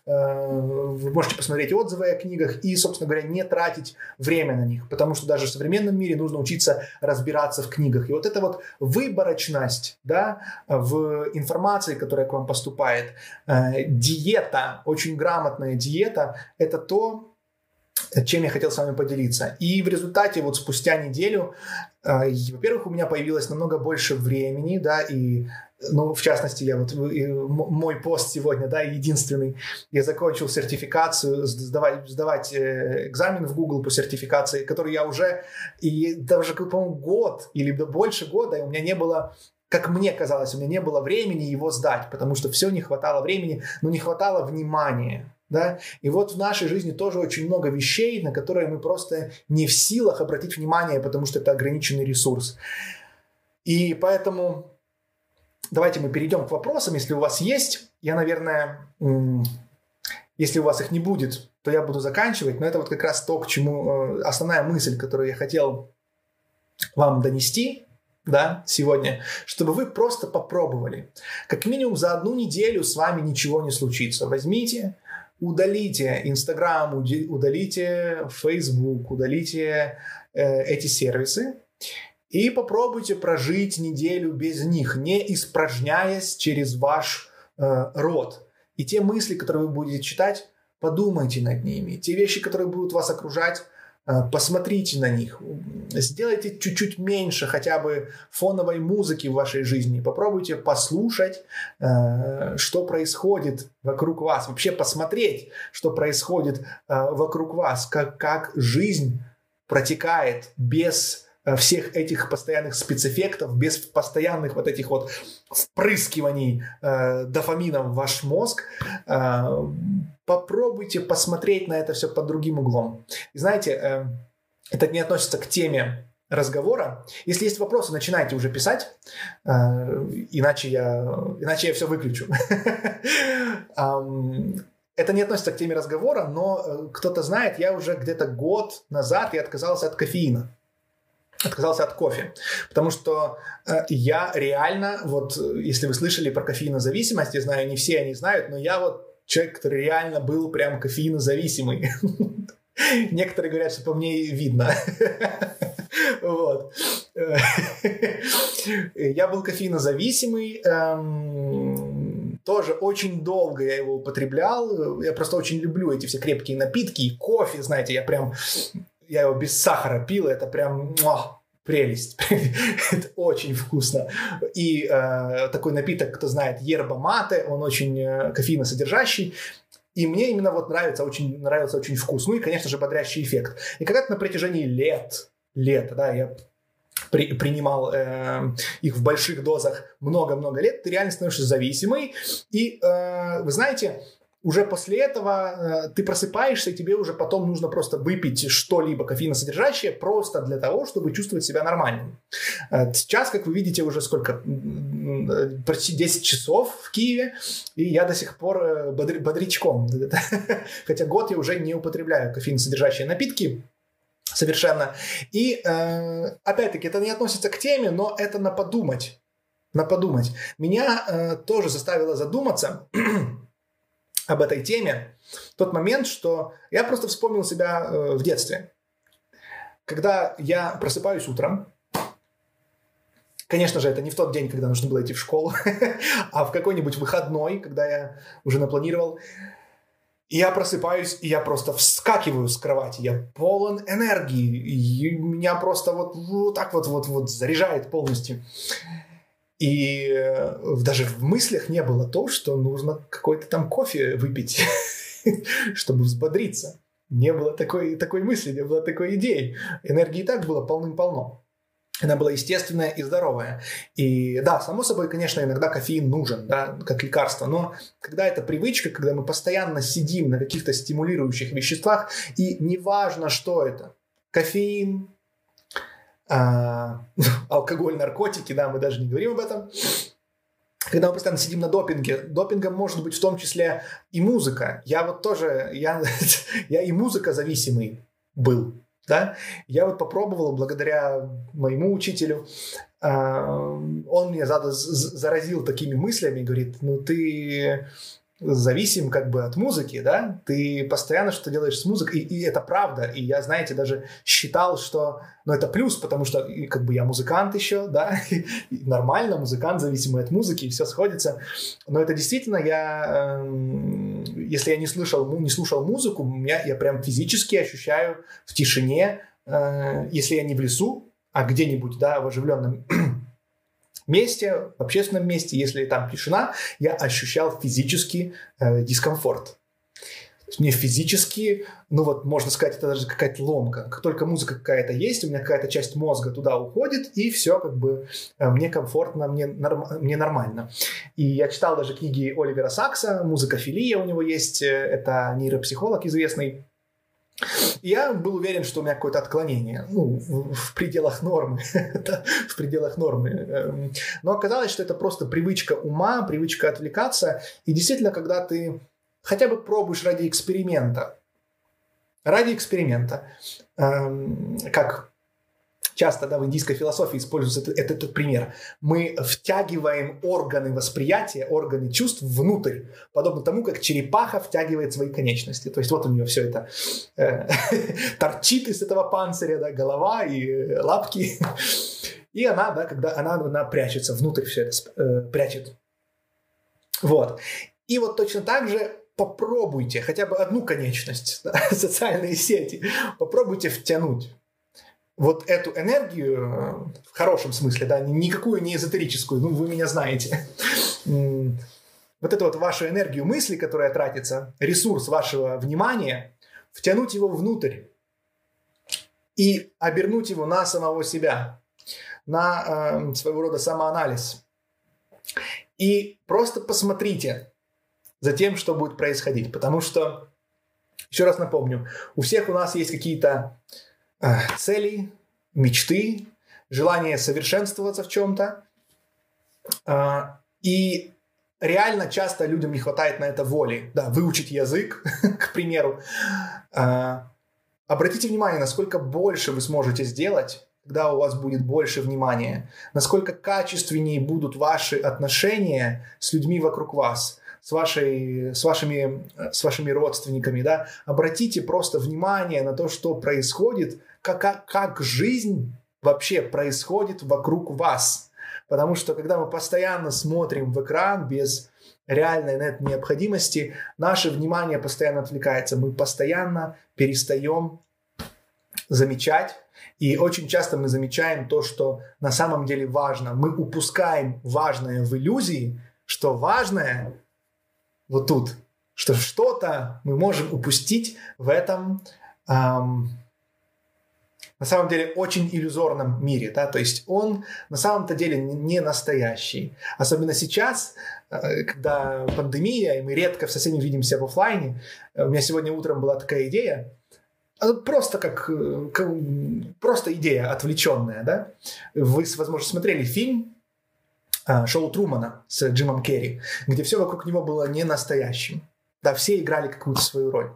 Вы можете посмотреть отзывы о книгах и, собственно говоря, не тратить время на них, потому что даже в современном мире нужно учиться разбираться в книгах. И вот эта вот выборочность, да, в информации, которая к вам поступает, диета, очень грамотная диета, это то, чем я хотел с вами поделиться. И в результате вот спустя неделю, во-первых, у меня появилось намного больше времени, да, и ну, в частности, я вот мой пост сегодня, да, единственный. Я закончил сертификацию, сдавать, сдавать экзамен в Google по сертификации, который я уже, и даже, по-моему, год или больше года, и у меня не было, как мне казалось, у меня не было времени его сдать, потому что все не хватало времени, но не хватало внимания. Да? И вот в нашей жизни тоже очень много вещей, на которые мы просто не в силах обратить внимание, потому что это ограниченный ресурс. И поэтому... Давайте мы перейдем к вопросам, если у вас есть. Я, наверное, если у вас их не будет, то я буду заканчивать. Но это вот как раз то, к чему основная мысль, которую я хотел вам донести, да, сегодня, чтобы вы просто попробовали. Как минимум за одну неделю с вами ничего не случится. Возьмите, удалите Instagram, удалите Facebook, удалите э, эти сервисы. И попробуйте прожить неделю без них, не испражняясь через ваш э, рот. И те мысли, которые вы будете читать, подумайте над ними. Те вещи, которые будут вас окружать, э, посмотрите на них. Сделайте чуть-чуть меньше хотя бы фоновой музыки в вашей жизни. Попробуйте послушать, э, что происходит вокруг вас. Вообще посмотреть, что происходит э, вокруг вас. Как, как жизнь протекает без... всех этих постоянных спецэффектов, без постоянных вот этих вот впрыскиваний э, дофамина в ваш мозг, э, попробуйте посмотреть на это все под другим углом. И знаете, э, это не относится к теме разговора. Если есть вопросы, начинайте уже писать, э, иначе я, иначе я все выключу. Это не относится к теме разговора, но кто-то знает, я уже где-то год назад я отказался от кофеина. Отказался от кофе, потому что э, я реально, вот если вы слышали про кофеинозависимость, я знаю, не все они знают, но я вот человек, который реально был прям кофеинозависимый. Некоторые говорят, что по мне видно. Вот. Я был кофеинозависимый, тоже очень долго я его употреблял, я просто очень люблю эти все крепкие напитки, и кофе, знаете, я прям... Я его без сахара пил, это прям муа, прелесть. Это очень вкусно. И э, такой напиток, кто знает, yerba mate, он очень э, кофеиносодержащий. И мне именно вот нравится очень, нравится очень вкус. Ну и, конечно же, бодрящий эффект. И когда-то на протяжении лет, лет, да, я при, принимал э, их в больших дозах много-много лет, ты реально становишься зависимый. И э, вы знаете... уже после этого э, ты просыпаешься, и тебе уже потом нужно просто выпить что-либо кофеиносодержащее просто для того, чтобы чувствовать себя нормальным. Э, сейчас, как вы видите, уже сколько? Почти десять часов в Киеве, и я до сих пор э, бодр, бодрячком. Хотя год я уже не употребляю кофеиносодержащие напитки совершенно. И э, опять-таки это не относится к теме, но это на подумать. На подумать. Меня э, тоже заставило задуматься об этой теме тот момент, что я просто вспомнил себя э, в детстве. Когда я просыпаюсь утром, конечно же, это не в тот день, когда нужно было идти в школу, а в какой-нибудь выходной, когда я уже напланировал, и я просыпаюсь, и я просто вскакиваю с кровати, я полон энергии, и меня просто вот, вот так вот, вот, вот заряжает полностью. И даже в мыслях не было то, что нужно какой-то там кофе выпить, чтобы взбодриться. Не было такой, такой мысли, не было такой идеи. Энергии и так было полным-полно. Она была естественная и здоровая. И да, само собой, конечно, иногда кофеин нужен, да, как лекарство. Но когда это привычка, когда мы постоянно сидим на каких-то стимулирующих веществах, и неважно, что это, кофеин, А, алкоголь, наркотики, да, мы даже не говорим об этом. Когда мы постоянно сидим на допинге, допингом может быть в том числе и музыка. Я вот тоже, я, я и музыка зависимый был, да. Я вот попробовал благодаря моему учителю, он меня заразил такими мыслями, говорит, ну ты зависим как бы от музыки, да, ты постоянно что делаешь с музыкой, и, и это правда, и я, знаете, даже считал, что, ну, это плюс, потому что, и, как бы, я музыкант еще, да, и, и нормально, музыкант, зависимый от музыки, и все сходится, но это действительно, я, э, если я не слышал, не слушал музыку, меня, я прям физически ощущаю в тишине, э, если я не в лесу, а где-нибудь, да, в оживленном месте, в общественном месте, если там тишина, я ощущал физический э, дискомфорт. Мне физически, ну вот можно сказать, это даже какая-то ломка. Как только музыка какая-то есть, у меня какая-то часть мозга туда уходит, и все как бы э, мне комфортно, мне, норм, мне нормально. И я читал даже книги Оливера Сакса, «Музыкофилия» у него есть, это нейропсихолог известный. И я был уверен, что у меня какое-то отклонение, ну, в, в пределах нормы, в пределах нормы. Но оказалось, что это просто привычка ума, привычка отвлекаться. И действительно, когда ты хотя бы пробуешь ради эксперимента, ради эксперимента, эм, как часто, да, в индийской философии используется этот, этот, этот пример. Мы втягиваем органы восприятия, органы чувств внутрь, подобно тому, как черепаха втягивает свои конечности. То есть вот у нее все это э, торчит из этого панциря, да, голова и лапки. И она, да, когда она, она прячется, внутрь все это э, прячет. Вот. И вот точно так же попробуйте хотя бы одну конечность, да, социальные сети, попробуйте втянуть вот эту энергию, в хорошем смысле, да, никакую не эзотерическую, ну, вы меня знаете. Вот эту вот вашу энергию мысли, которая тратится, ресурс вашего внимания, втянуть его внутрь и обернуть его на самого себя, на э, своего рода самоанализ. И просто посмотрите за тем, что будет происходить. Потому что, еще раз напомню, у всех у нас есть какие-то цели, мечты, желание совершенствоваться в чем-то. И реально часто людям не хватает на это воли. Да, выучить язык, к примеру. Обратите внимание, насколько больше вы сможете сделать, когда у вас будет больше внимания. Насколько качественнее будут ваши отношения с людьми вокруг вас. С, вашей, с, вашими, с вашими родственниками, да, обратите просто внимание на то, что происходит, как, как, как жизнь вообще происходит вокруг вас. Потому что, когда мы постоянно смотрим в экран без реальной на это необходимости, наше внимание постоянно отвлекается. Мы постоянно перестаем замечать, и очень часто мы замечаем то, что на самом деле важно. Мы упускаем важное в иллюзии, что важное вот тут, что что-то мы можем упустить в этом, эм, на самом деле очень иллюзорном мире, да, то есть он на самом-то деле не настоящий. Особенно сейчас, когда пандемия, и мы редко в совсем видимся в офлайне. У меня сегодня утром была такая идея, просто как, как просто идея отвлеченная, да. Вы, возможно, смотрели фильм «Шоу Трумана» с Джимом Керри, где все вокруг него было не настоящим. Да, все играли какую-то свою роль.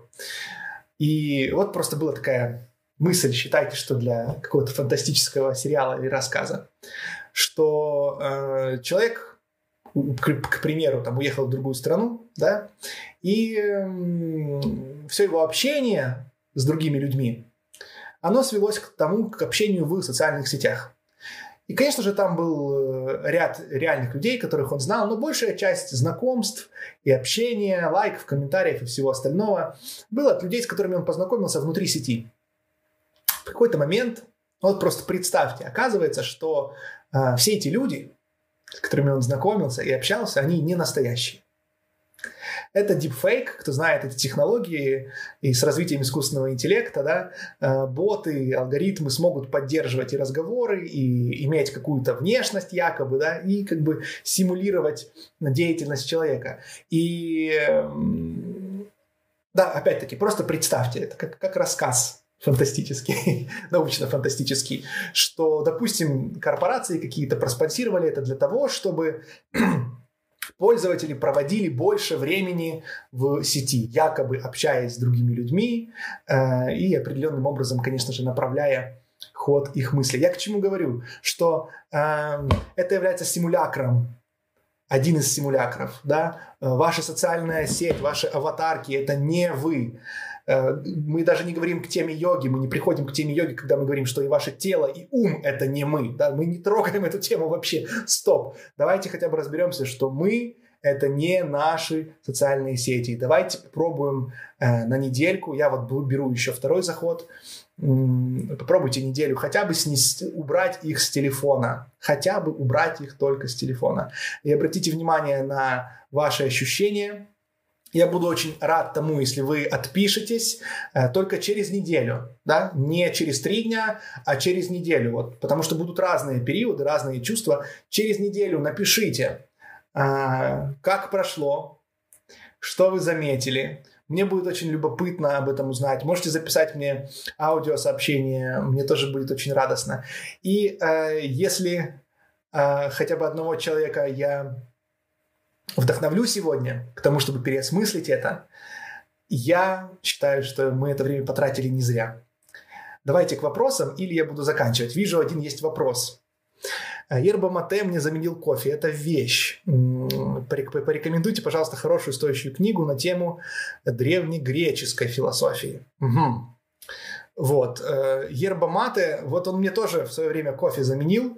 И вот просто была такая мысль, считайте, что для какого-то фантастического сериала или рассказа, что э, человек, к, к примеру, там, уехал в другую страну, да, и э, все его общение с другими людьми, оно свелось к тому, к общению в социальных сетях. И, конечно же, там был ряд реальных людей, которых он знал, но большая часть знакомств и общения, лайков, комментариев и всего остального было от людей, с которыми он познакомился внутри сети. В какой-то момент, вот просто представьте, оказывается, что э, все эти люди, с которыми он знакомился и общался, они не настоящие. Это deepfake, кто знает эти технологии, и с развитием искусственного интеллекта, да, э, боты, алгоритмы смогут поддерживать и разговоры, и иметь какую-то внешность якобы, да, и как бы симулировать деятельность человека. И э, да, опять-таки, просто представьте, это как, как рассказ фантастический, научно-фантастический, что, допустим, корпорации какие-то проспонсировали это для того, чтобы пользователи проводили больше времени в сети, якобы общаясь с другими людьми э, и определенным образом, конечно же, направляя ход их мыслей. Я к чему говорю? Что э, это является симулякром, один из симулякров. Да? Ваша социальная сеть, ваши аватарки – это не вы. Мы даже не говорим к теме йоги, мы не приходим к теме йоги, когда мы говорим, что и ваше тело, и ум – это не мы. Да? Мы не трогаем эту тему вообще. Стоп. Давайте хотя бы разберемся, что мы – это не наши социальные сети. Давайте попробуем э, на недельку, я вот беру еще второй заход, м- попробуйте неделю хотя бы снести, убрать их с телефона. Хотя бы убрать их только с телефона. И обратите внимание на ваши ощущения. Я буду очень рад тому, если вы отпишетесь э, только через неделю, да, не через три дня, а через неделю, вот, потому что будут разные периоды, разные чувства. Через неделю напишите, э, как прошло, что вы заметили. Мне будет очень любопытно об этом узнать. Можете записать мне аудиосообщение, мне тоже будет очень радостно. И э, если э, хотя бы одного человека я вдохновлю сегодня к тому, чтобы переосмыслить это, я считаю, что мы это время потратили не зря. Давайте к вопросам, или я буду заканчивать. Вижу, один есть вопрос. Yerba Mate мне заменил кофе. Это вещь. Порекомендуйте, пожалуйста, хорошую стоящую книгу на тему древнегреческой философии. Угу. Вот. Yerba Mate, вот он мне тоже в свое время кофе заменил.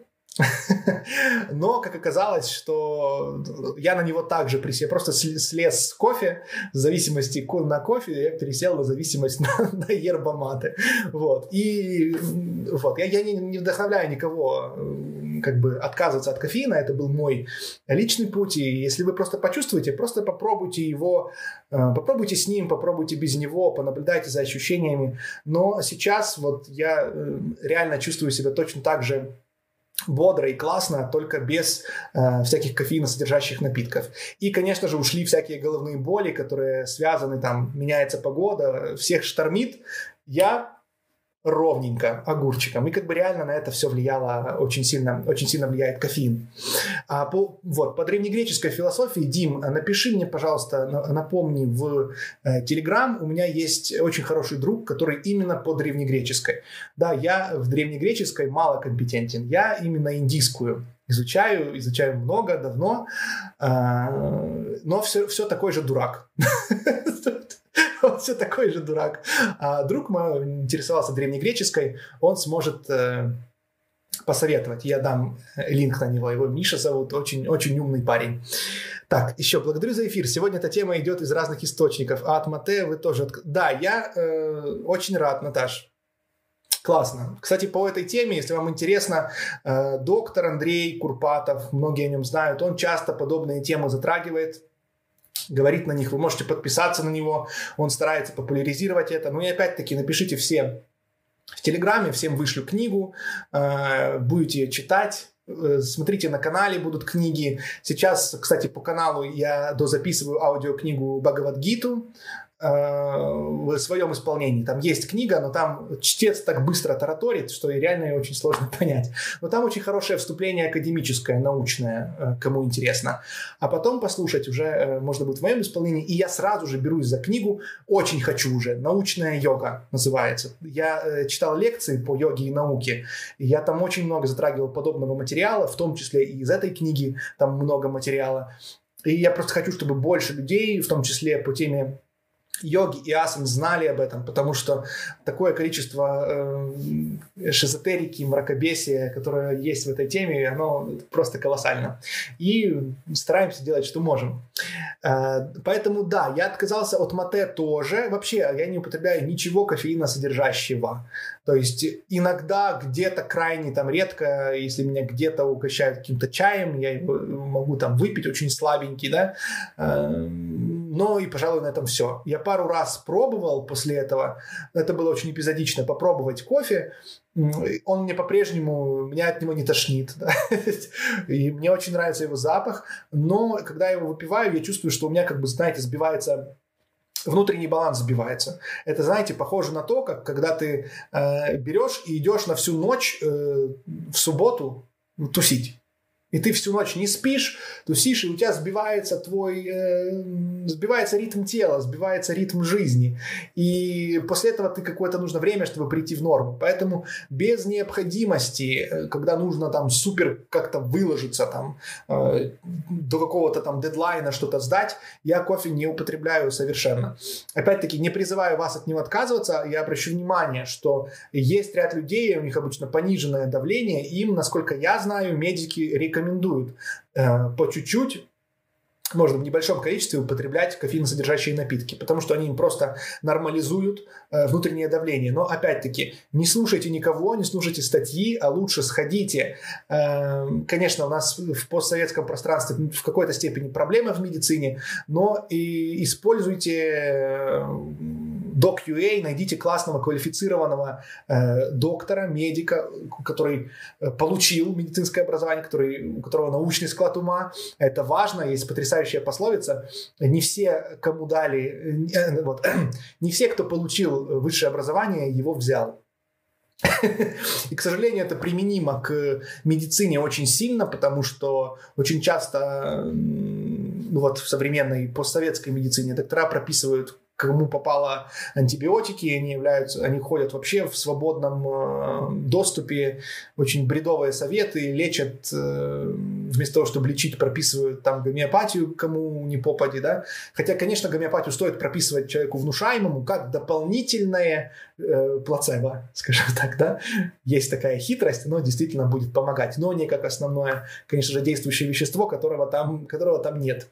Но, как оказалось, что я на него также присел, просто слез с кофе, в зависимости на кофе, я пересел на зависимость на, на Yerba Mate. Вот. И вот, я, я не, не вдохновляю никого как бы отказываться от кофеина, это был мой личный путь, и если вы просто почувствуете, просто попробуйте его, попробуйте с ним, попробуйте без него, понаблюдайте за ощущениями. Но сейчас вот я реально чувствую себя точно так же бодро и классно, только без э, всяких кофеиносодержащих напитков. И, конечно же, ушли всякие головные боли, которые связаны, там, меняется погода, всех штормит. Я ровненько, огурчиком. И как бы реально на это все влияло очень сильно, очень сильно влияет кофеин. А по, вот, по древнегреческой философии, Дим, напиши мне, пожалуйста, напомни в э, Telegram, у меня есть очень хороший друг, который именно по древнегреческой. Да, я в древнегреческой мало компетентен, я именно индийскую изучаю, изучаю много, давно, э, но все, все такой же дурак. Он все такой же дурак. А друг мой интересовался древнегреческой, он сможет э, посоветовать. Я дам линк на него. Его Миша зовут, очень, очень умный парень. Так, еще благодарю за эфир. Сегодня эта тема идет из разных источников. А от Мате вы тоже... От... Да, я э, очень рад, Наташ. Классно. Кстати, по этой теме, если вам интересно, э, доктор Андрей Курпатов, многие о нем знают, он часто подобные темы затрагивает, говорит на них, вы можете подписаться на него, он старается популяризировать это. Ну и опять-таки напишите все в Телеграме, всем вышлю книгу, э, будете читать. Смотрите, на канале будут книги. Сейчас, кстати, по каналу я дозаписываю аудиокнигу Бхагавад-гиту в своем исполнении. Там есть книга, но там чтец так быстро тараторит, что и реально ее очень сложно понять. Но там очень хорошее вступление академическое, научное, кому интересно. А потом послушать уже можно будет в моем исполнении. И я сразу же берусь за книгу. Очень хочу уже. «Научная йога» называется. Я читал лекции по йоге и науке. И я там очень много затрагивал подобного материала, в том числе и из этой книги там много материала. И я просто хочу, чтобы больше людей, в том числе по теме йоги и асан, знали об этом, потому что такое количество э, шизотерики, мракобесия, которое есть в этой теме, оно просто колоссально. И стараемся делать, что можем. Э, поэтому, да, я отказался от мате тоже. Вообще, я не употребляю ничего кофеиносодержащего. То есть иногда, где-то крайне там редко, если меня где-то угощают каким-то чаем, я его могу там выпить, очень слабенький, да, э, но и, пожалуй, на этом все. Я пару раз пробовал после этого, это было очень эпизодично, попробовать кофе, он мне по-прежнему, меня от него не тошнит, да? И мне очень нравится его запах, но когда я его выпиваю, я чувствую, что у меня, как бы, знаете, сбивается, внутренний баланс сбивается. Это, знаете, похоже на то, как когда ты э, берешь и идешь на всю ночь э, в субботу тусить. И ты всю ночь не спишь, тусишь, и у тебя сбивается твой, э, сбивается ритм тела, сбивается ритм жизни. И после этого ты какое-то нужно время, чтобы прийти в норму. Поэтому без необходимости, когда нужно там супер как-то выложиться, там, э, до какого-то там дедлайна что-то сдать, я кофе не употребляю совершенно. Опять-таки, не призываю вас от него отказываться. Я обращу внимание, что есть ряд людей, у них обычно пониженное давление, им, насколько я знаю, медики рекомендуют рекомендуют э, по чуть-чуть, можно в небольшом количестве употреблять кофеиносодержащие напитки, потому что они им просто нормализуют э, внутреннее давление. Но опять-таки, не слушайте никого, не слушайте статьи, а лучше сходите. Э, конечно, у нас в постсоветском пространстве в какой-то степени проблемы в медицине, но и используйте э, Doc.ua, найдите классного квалифицированного э, доктора, медика, который э, получил медицинское образование, который, у которого научный склад ума. Это важно, есть потрясающая пословица. Не все, кому дали, э, вот, не все, кто получил высшее образование, его взял. И, к сожалению, это применимо к медицине очень сильно, потому что очень часто, ну вот в современной постсоветской медицине доктора прописывают, кому попало антибиотики, они являются, они ходят вообще в свободном э, доступе, очень бредовые советы, лечат, э, вместо того, чтобы лечить, прописывают там гомеопатию, кому не попади, да. Хотя, конечно, гомеопатию стоит прописывать человеку внушаемому как дополнительное э, плацебо, скажем так, да. Есть такая хитрость, оно действительно будет помогать, но не как основное, конечно же, действующее вещество, которого там, которого там нет.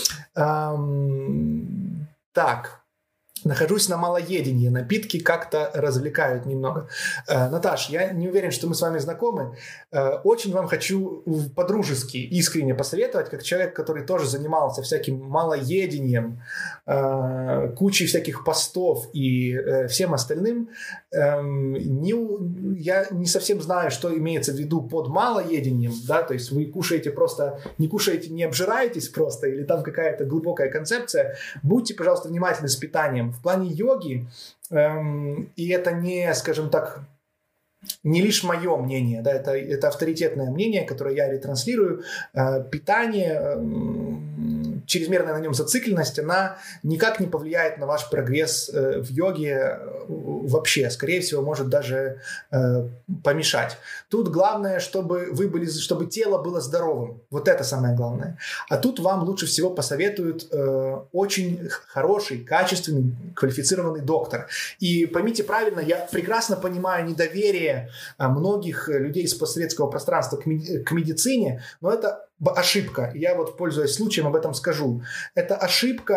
Эм, так. Нахожусь на малоедении. Напитки как-то развлекают немного. Э, Наташ, я не уверен, что мы с вами знакомы. Э, очень вам хочу по-дружески, искренне посоветовать, как человек, который тоже занимался всяким малоедением, э, кучей всяких постов и э, всем остальным. Э, не, я не совсем знаю, что имеется в виду под малоедением. Да? То есть вы кушаете просто, не кушаете, не обжираетесь просто, или там какая-то глубокая концепция. Будьте, пожалуйста, внимательны с питанием. В плане йоги, эм, и это не, скажем так, не лишь мое мнение, да, это, это авторитетное мнение, которое я ретранслирую, э, питание, э, чрезмерная на нем зацикленность, она никак не повлияет на ваш прогресс э, в йоге вообще, скорее всего, может даже э, помешать. Тут главное, чтобы вы были, чтобы тело было здоровым, вот это самое главное. А тут вам лучше всего посоветуют э, очень хороший, качественный, квалифицированный доктор. И поймите правильно, я прекрасно понимаю недоверие многих людей из постсоветского пространства к медицине, но это ошибка. Я вот, пользуясь случаем, об этом скажу. Это ошибка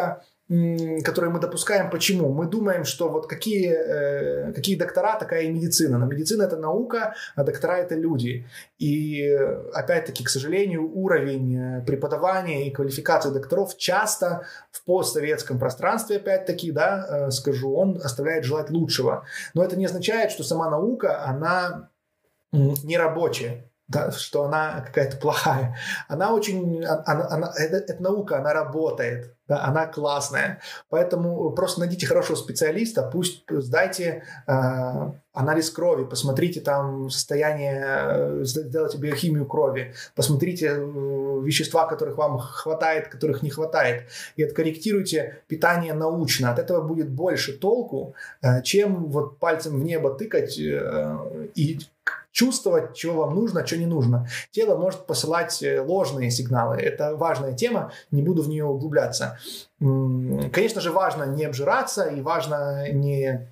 которые мы допускаем. Почему? Мы думаем, что вот какие, э, какие доктора, такая и медицина. Но медицина – это наука, а доктора – это люди. И опять-таки, к сожалению, уровень преподавания и квалификации докторов часто в постсоветском пространстве, опять-таки, да, э, скажу, он оставляет желать лучшего. Но это не означает, что сама наука, она не рабочая. Да, что она какая-то плохая. Она очень... Она, она, это, это наука, она работает. Да, она классная. Поэтому просто найдите хорошего специалиста, пусть сдайте э, анализ крови, посмотрите там состояние, сделайте биохимию крови, посмотрите э, вещества, которых вам хватает, которых не хватает, и откорректируйте питание научно. От этого будет больше толку, э, чем вот пальцем в небо тыкать э, и чувствовать, чего вам нужно, что не нужно. Тело может посылать ложные сигналы. Это важная тема, не буду в нее углубляться. Конечно же, важно не обжираться и важно не,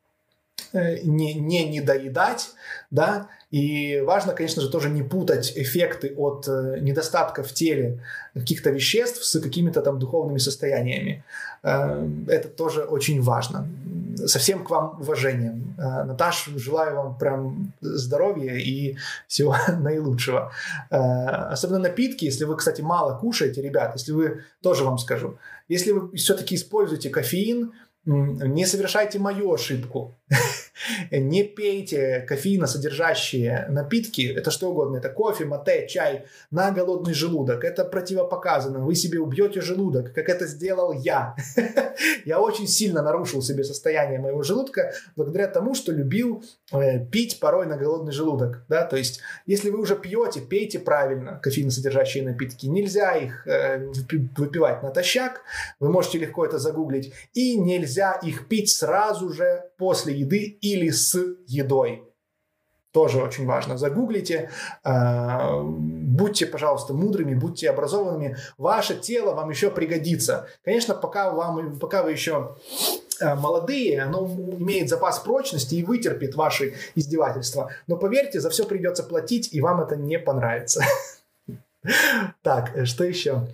не, не недоедать, да, и важно, конечно же, тоже не путать эффекты от недостатка в теле каких-то веществ с какими-то там духовными состояниями. Это тоже очень важно. Со всем к вам уважением. Наташ, желаю вам прям здоровья и всего наилучшего. Особенно напитки, если вы, кстати, мало кушаете, ребят, если вы, тоже вам скажу, если вы все-таки используете кофеин, не совершайте мою ошибку. Не пейте кофеиносодержащие напитки, это что угодно, это кофе, мате, чай, на голодный желудок. Это противопоказано, вы себе убьете желудок, как это сделал я. Я очень сильно нарушил себе состояние моего желудка благодаря тому, что любил э, пить порой на голодный желудок. Да? То есть, если вы уже пьете, пейте правильно кофеиносодержащие напитки. Нельзя их э, выпивать натощак, вы можете легко это загуглить, и нельзя их пить сразу же после еды или с едой. Тоже очень важно. Загуглите. Э, будьте, пожалуйста, мудрыми, будьте образованными. Ваше тело вам еще пригодится. Конечно, пока, вам, пока вы еще э, молодые, оно имеет запас прочности и вытерпит ваши издевательства. Но поверьте, за все придется платить, и вам это не понравится. Так, что еще?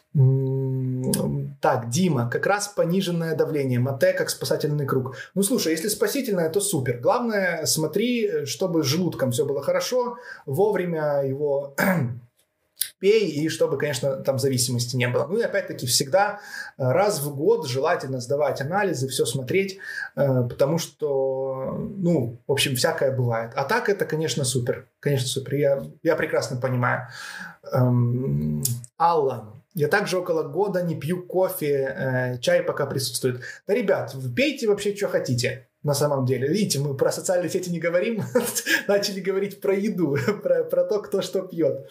Так, Дима, как раз пониженное давление, мате как спасательный круг. Ну, слушай, если спасительное, то супер. Главное, смотри, чтобы с желудком все было хорошо, вовремя его пей, и чтобы, конечно, там зависимости не было. Ну, и опять-таки, всегда раз в год желательно сдавать анализы, все смотреть, потому что, ну, в общем, всякое бывает. А так это, конечно, супер. Конечно, супер. Я, я прекрасно понимаю. Эм, Алла. Я также около года не пью кофе, э, чай пока присутствует. Да, ребят, пейте вообще, что хотите. На самом деле, видите, мы про социальные сети не говорим, начали говорить про еду, про, про то, кто что пьет.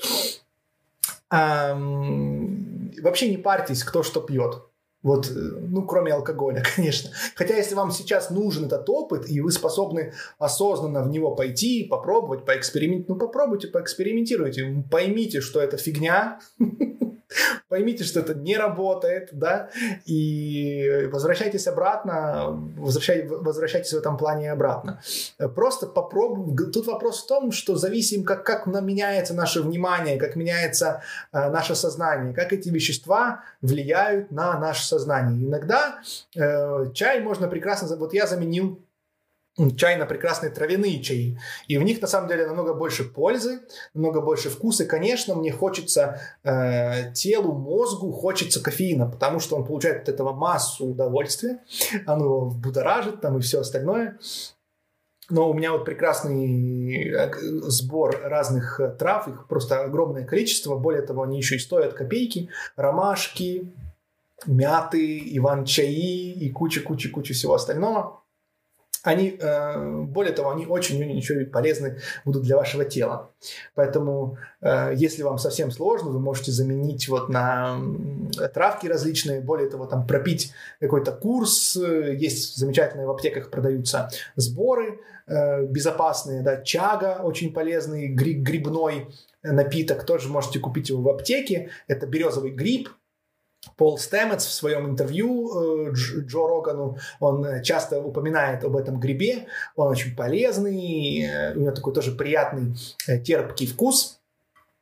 Эм, вообще не парьтесь, кто что пьет. Вот, ну, кроме алкоголя, конечно. Хотя, если вам сейчас нужен этот опыт, и вы способны осознанно в него пойти, попробовать, поэкспериментировать, ну, попробуйте, поэкспериментируйте, поймите, что это фигня, поймите, что это не работает, да, и возвращайтесь обратно, возвращай, возвращайтесь в этом плане обратно. Просто попробуйте. Тут вопрос в том, что зависим, как, как меняется наше внимание, как меняется э, наше сознание, как эти вещества влияют на наше сознание. Иногда э, чай можно прекрасно... Вот я заменил чай на прекрасные травяные чаи. И в них, на самом деле, намного больше пользы, намного больше вкуса. И, конечно, мне хочется э, телу, мозгу хочется кофеина, потому что он получает от этого массу удовольствия. Оно его будоражит там и все остальное. Но у меня вот прекрасный сбор разных трав, их просто огромное количество. Более того, они еще и стоят копейки. Ромашки, мяты, иван-чаи и куча-куча-куча всего остального. Они, более того, они очень еще и полезны будут для вашего тела. Поэтому, если вам совсем сложно, вы можете заменить вот на травки различные. Более того, там пропить какой-то курс. Есть замечательные в аптеках продаются сборы безопасные. Да, чага очень полезный, грибной напиток. Тоже можете купить его в аптеке. Это березовый гриб. Пол Стэметс в своем интервью Дж, Джо Рогану, он часто упоминает об этом грибе. Он очень полезный, у него такой тоже приятный терпкий вкус.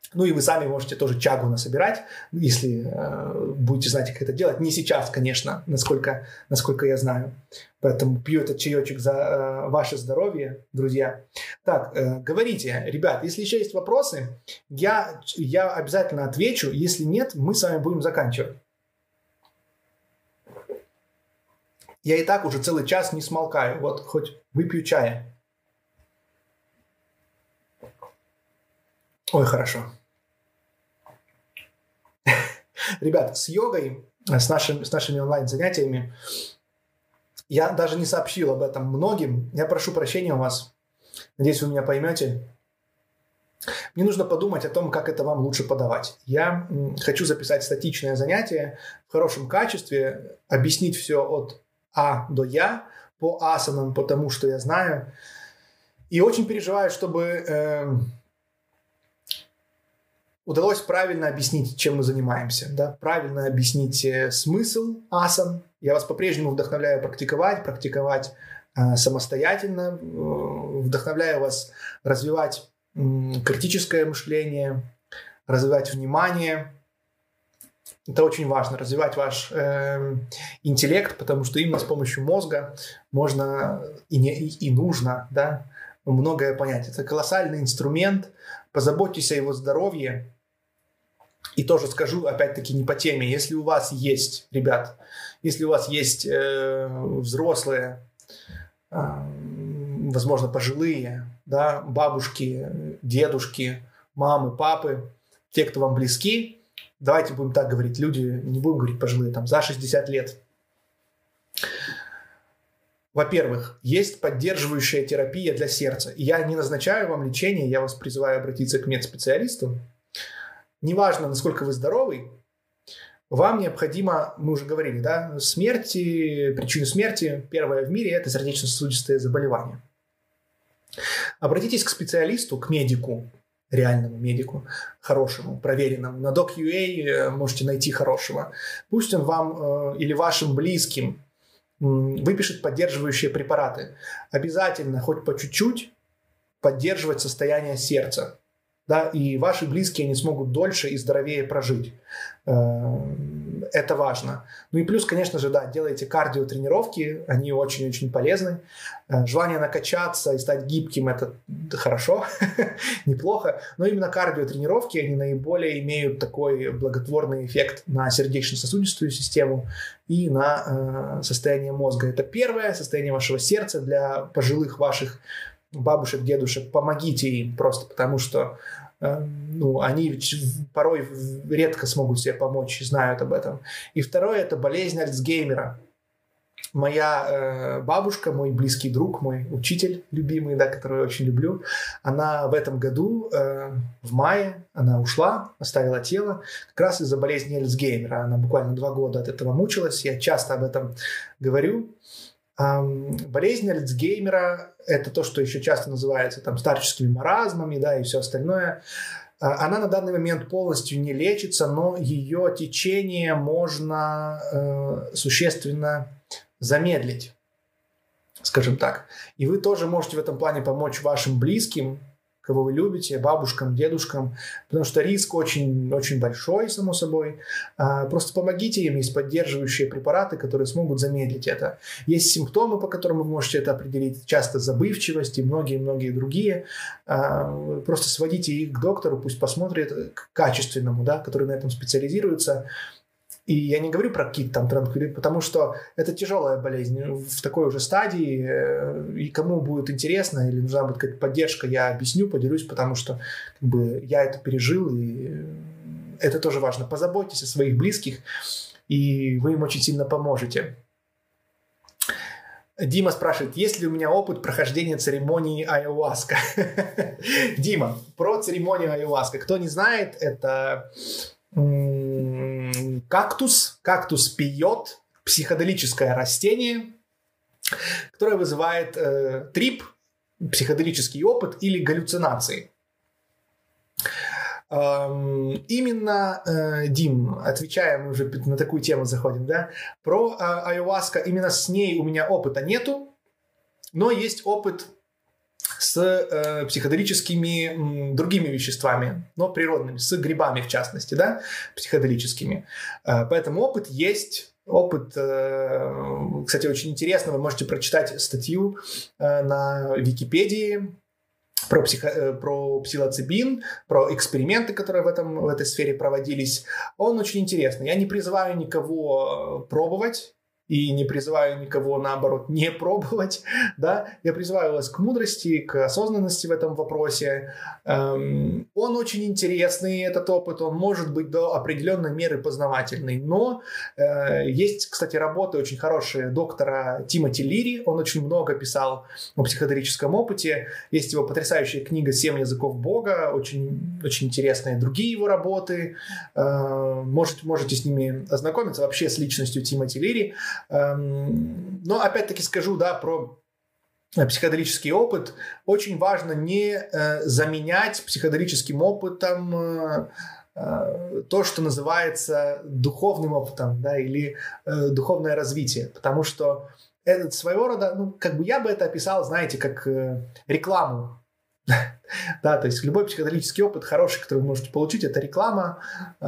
Ну и вы сами можете тоже чагу насобирать, если э, будете знать, как это делать. Не сейчас, конечно, насколько, насколько я знаю. Поэтому пью этот чаечек за э, ваше здоровье, друзья. Так, э, говорите, ребят, если еще есть вопросы, я, я обязательно отвечу. Если нет, мы с вами будем заканчивать. Я и так уже целый час не смолкаю. Вот хоть выпью чая. Ой, хорошо. Ребят, с йогой, с, нашим, с нашими онлайн-занятиями, я даже не сообщил об этом многим. Я прошу прощения у вас. Надеюсь, вы меня поймете. Мне нужно подумать о том, как это вам лучше подавать. Я м, хочу записать статичное занятие в хорошем качестве, объяснить все от А до Я, по асанам, по тому, что я знаю. И очень переживаю, чтобы... Э, удалось правильно объяснить, чем мы занимаемся, да? Правильно объяснить э, смысл асан. Я вас по-прежнему вдохновляю практиковать, практиковать э, самостоятельно, э, вдохновляю вас развивать э, критическое мышление, развивать внимание. Это очень важно, развивать ваш э, интеллект, потому что именно с помощью мозга можно и, не, и, и нужно, да, многое понять. Это колоссальный инструмент. Позаботьтесь о его здоровье. И тоже скажу, опять-таки, не по теме. Если у вас есть, ребят, если у вас есть э, взрослые, э, возможно, пожилые, да, бабушки, дедушки, мамы, папы, те, кто вам близки, давайте будем так говорить, люди, не будем говорить пожилые, там, за шестьдесят лет. Во-первых, есть поддерживающая терапия для сердца. Я не назначаю вам лечение, я вас призываю обратиться к медспециалисту. Неважно, насколько вы здоровый, вам необходимо, мы уже говорили, да, смерти, причину смерти, первая в мире – это сердечно-сосудистые заболевания. Обратитесь к специалисту, к медику, реальному медику, хорошему, проверенному. На док точка ю эй можете найти хорошего. Пусть он вам э, или вашим близким выпишет поддерживающие препараты. Обязательно хоть по чуть-чуть поддерживать состояние сердца. Да, и ваши близкие не смогут дольше и здоровее прожить. Это важно. Ну и плюс, конечно же, да, делайте кардиотренировки, они очень-очень полезны. Желание накачаться и стать гибким – это хорошо, неплохо. Но именно кардиотренировки, они наиболее имеют такой благотворный эффект на сердечно-сосудистую систему и на состояние мозга. Это первое, состояние вашего сердца для пожилых ваших бабушек, дедушек. Помогите им просто, потому что ну, они порой редко смогут себе помочь, знают об этом. И второе – это болезнь Альцгеймера. Моя э, бабушка, мой близкий друг, мой учитель любимый, да, которого я очень люблю, она в этом году, э, в мае, она ушла, оставила тело, как раз из-за болезни Альцгеймера. Она буквально два года от этого мучилась, я часто об этом говорю. Болезнь Альцгеймера – это то, что еще часто называется там, старческими маразмами, да, и все остальное. Она на данный момент полностью не лечится, но ее течение можно э, существенно замедлить, скажем так. И вы тоже можете в этом плане помочь вашим близким, кого вы любите, бабушкам, дедушкам, потому что риск очень, очень большой, само собой. Просто помогите им, есть поддерживающие препараты, которые смогут замедлить это. Есть симптомы, по которым вы можете это определить, часто забывчивость и многие-многие другие. Просто сводите их к доктору, пусть посмотрит, к качественному, да, который на этом специализируется. И я не говорю про какие-то там транквилиты, потому что это тяжелая болезнь в такой уже стадии. И кому будет интересно или нужна будет какая-то поддержка, я объясню, поделюсь, потому что как бы, я это пережил, и это тоже важно. Позаботьтесь о своих близких, и вы им очень сильно поможете. Дима спрашивает, есть ли у меня опыт прохождения церемонии айуаска? Дима, про церемонию айуаска. Кто не знает, это... Кактус. Кактус пиот, психоделическое растение, которое вызывает э, трип, психоделический опыт или галлюцинации. Эм, именно, э, Дим, отвечая, мы уже на такую тему заходим, да, про э, айуаска, именно с ней у меня опыта нету, но есть опыт с э, психоделическими м, другими веществами, но природными, с грибами в частности, да, психоделическими. Э, поэтому опыт есть. Опыт, э, кстати, очень интересно. Вы можете прочитать статью э, на Википедии про, психо, про псилоцибин, про эксперименты, которые в, этом, в этой сфере проводились. Он очень интересный. Я не призываю никого пробовать и не призываю никого, наоборот, не пробовать. Да? Я призываю вас к мудрости, к осознанности в этом вопросе. Эм, он очень интересный, этот опыт. Он может быть до определенной меры познавательный. Но э, есть, кстати, работы очень хорошие доктора Тимоти Лири. Он очень много писал о психоделическом опыте. Есть его потрясающая книга «Семь языков Бога». Очень, очень интересные другие его работы. Э, можете, можете с ними ознакомиться. Вообще с личностью Тимоти Лири. Но опять-таки скажу, да, про психоделический опыт. Очень важно не э, заменять психоделическим опытом э, э, то, что называется духовным опытом, да, или э, духовное развитие, потому что это своего рода, ну, как бы я бы это описал, знаете, как э, рекламу. Да, то есть любой психоделический опыт хороший, который вы можете получить, это реклама,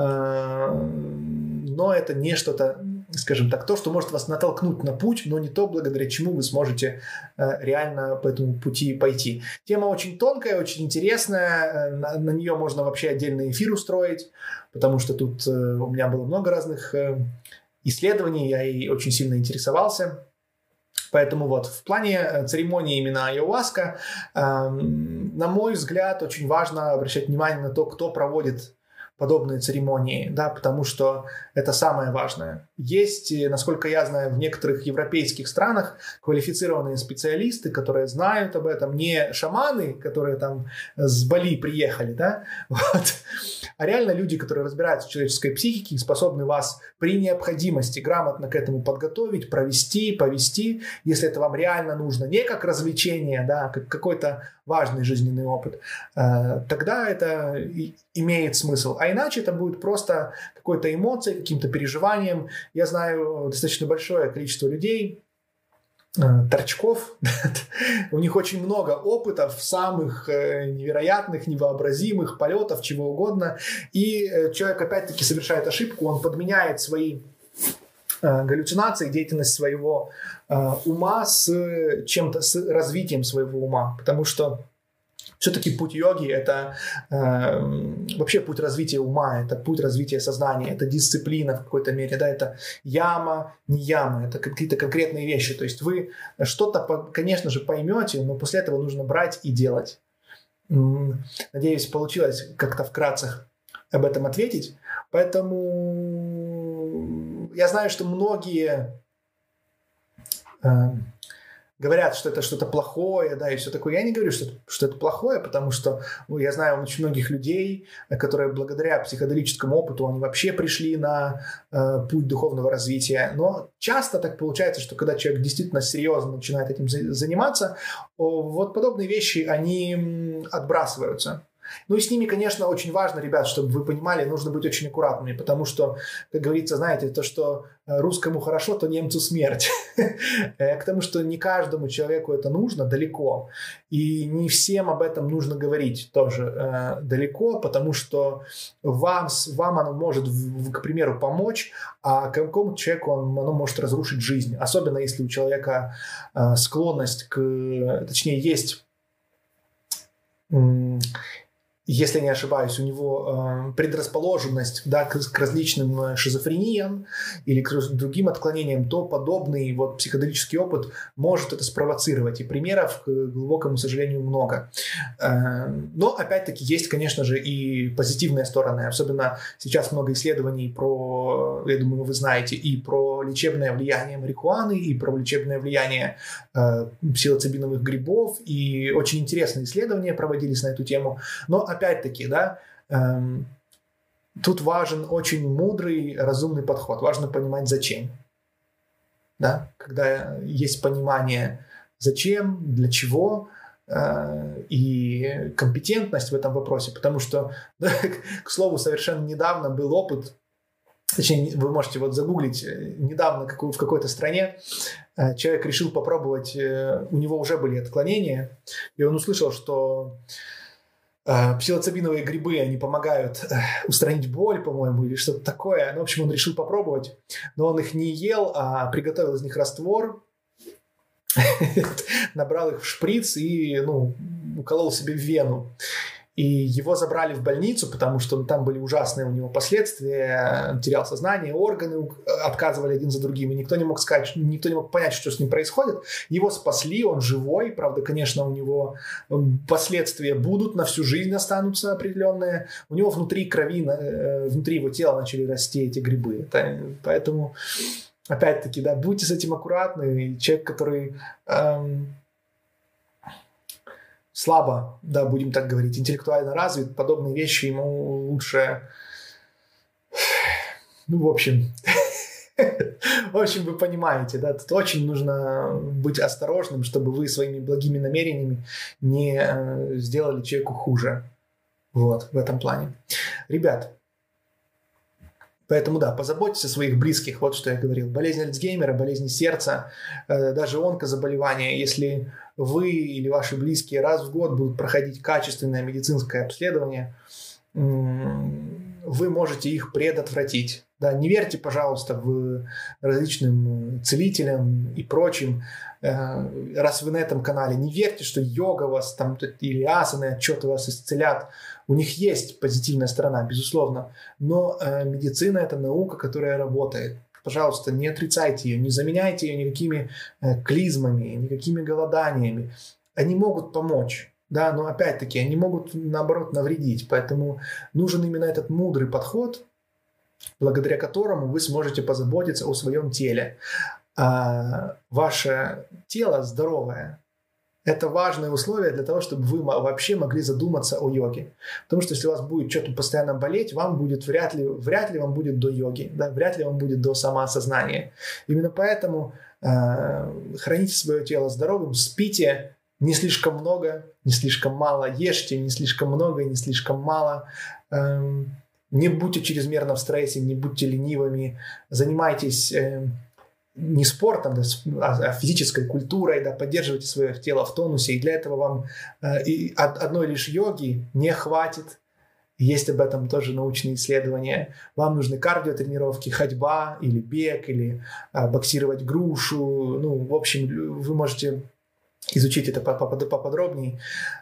но это не что-то, скажем так, то, что может вас натолкнуть на путь, но не то, благодаря чему вы сможете реально по этому пути пойти. Тема очень тонкая, очень интересная, на, на нее можно вообще отдельный эфир устроить, потому что тут у меня было много разных исследований, я и очень сильно интересовался. Поэтому вот в плане церемонии именно айуаска, э, на мой взгляд, очень важно обращать внимание на то, кто проводит подобные церемонии, да, потому что это самое важное. Есть, насколько я знаю, в некоторых европейских странах квалифицированные специалисты, которые знают об этом, не шаманы, которые там с Бали приехали, да, вот, а реально люди, которые разбираются в человеческой психике и способны вас при необходимости грамотно к этому подготовить, провести, повести, если это вам реально нужно, не как развлечение, да, как какой-то важный жизненный опыт, тогда это имеет смысл. А иначе это будет просто какой-то эмоцией, каким-то переживанием. Я знаю достаточно большое количество людей, торчков, у них очень много опытов, самых невероятных, невообразимых полетов, чего угодно, и человек опять-таки совершает ошибку, он подменяет свои галлюцинации, деятельность своего ума с чем-то, с развитием своего ума, потому что все-таки путь йоги – это э, вообще путь развития ума, это путь развития сознания, это дисциплина в какой-то мере, да, это яма, не яма, это какие-то конкретные вещи. То есть вы что-то, конечно же, поймете, но после этого нужно брать и делать. Надеюсь, получилось как-то вкратце об этом ответить. Поэтому я знаю, что многие э, говорят, что это что-то плохое, да, и все такое. Я не говорю, что, что это плохое, потому что ну, я знаю очень многих людей, которые благодаря психоделическому опыту, они вообще пришли на э, путь духовного развития. Но часто так получается, что когда человек действительно серьезно начинает этим заниматься, вот подобные вещи, они отбрасываются. Ну и с ними, конечно, очень важно, ребят, чтобы вы понимали, нужно быть очень аккуратными, потому что, как говорится, знаете, то, что русскому хорошо, то немцу смерть. К тому, что не каждому человеку это нужно далеко, и не всем об этом нужно говорить тоже далеко, потому что вам, вам оно может, к примеру, помочь, а какому-то человеку оно может разрушить жизнь, особенно если у человека склонность к, точнее, есть... Если не ошибаюсь, у него э, предрасположенность, да, к, к различным шизофрениям или к другим отклонениям, то подобный вот психоделический опыт может это спровоцировать. И примеров, к глубокому сожалению, много. Э, но, опять-таки, есть, конечно же, и позитивные стороны. Особенно сейчас много исследований про, я думаю, вы знаете, и про лечебное влияние марихуаны, и про лечебное влияние э, псилоцибиновых грибов. И очень интересные исследования проводились на эту тему. Но, опять-таки, да, эм, тут важен очень мудрый, разумный подход. Важно понимать, зачем. Да? Когда есть понимание, зачем, для чего, э, и компетентность в этом вопросе. Потому что, да, к слову, совершенно недавно был опыт, точнее, вы можете вот загуглить, недавно в какой-то стране человек решил попробовать, у него уже были отклонения, и он услышал, что псилоцибиновые грибы, они помогают устранить боль, по-моему, или что-то такое. Ну, в общем, он решил попробовать, но он их не ел, а приготовил из них раствор, набрал их в шприц и, ну, уколол себе в вену. И его забрали в больницу, потому что там были ужасные у него последствия. Он терял сознание, органы отказывали один за другим, и никто не мог сказать, никто не мог понять, что с ним происходит. Его спасли, он живой. Правда, конечно, у него последствия будут, на всю жизнь останутся определенные. У него внутри крови, внутри его тела начали расти эти грибы. Поэтому, опять-таки, да, будьте с этим аккуратны. Человек, который... Эм, слабо, да, будем так говорить, интеллектуально развит, подобные вещи ему лучше, ну, в общем, в общем, вы понимаете, да, тут очень нужно быть осторожным, чтобы вы своими благими намерениями не сделали человеку хуже, вот, в этом плане. Ребят, поэтому, да, позаботьтесь о своих близких, вот что я говорил. Болезнь Альцгеймера, болезнь сердца, э, даже онкозаболевания. Если вы или ваши близкие раз в год будут проходить качественное медицинское обследование, э, вы можете их предотвратить. Да, не верьте, пожалуйста, в различным целителям и прочим. Э, раз вы на этом канале, не верьте, что йога вас там или асаны, отчеты вас исцелят. У них есть позитивная сторона, безусловно, но э, медицина – это наука, которая работает. Пожалуйста, не отрицайте ее, не заменяйте ее никакими э, клизмами, никакими голоданиями. Они могут помочь, да, но опять-таки они могут, наоборот, навредить. Поэтому нужен именно этот мудрый подход, благодаря которому вы сможете позаботиться о своем теле. А ваше тело здоровое. Это важное условие для того, чтобы вы вообще могли задуматься о йоге. Потому что если у вас будет что-то постоянно болеть, вам будет вряд ли, вряд ли вам будет до йоги, да, вряд ли вам будет до самоосознания. Именно поэтому э, храните свое тело здоровым, спите не слишком много, не слишком мало, ешьте не слишком много и не слишком мало. Э, не будьте чрезмерно в стрессе, не будьте ленивыми, занимайтесь... Э, не спортом, да, а физической культурой, да, поддерживайте свое тело в тонусе, и для этого вам э, и одной лишь йоги не хватит. Есть об этом тоже научные исследования. Вам нужны кардиотренировки, ходьба или бег, или э, боксировать грушу. Ну, в общем, вы можете изучить это поподробнее.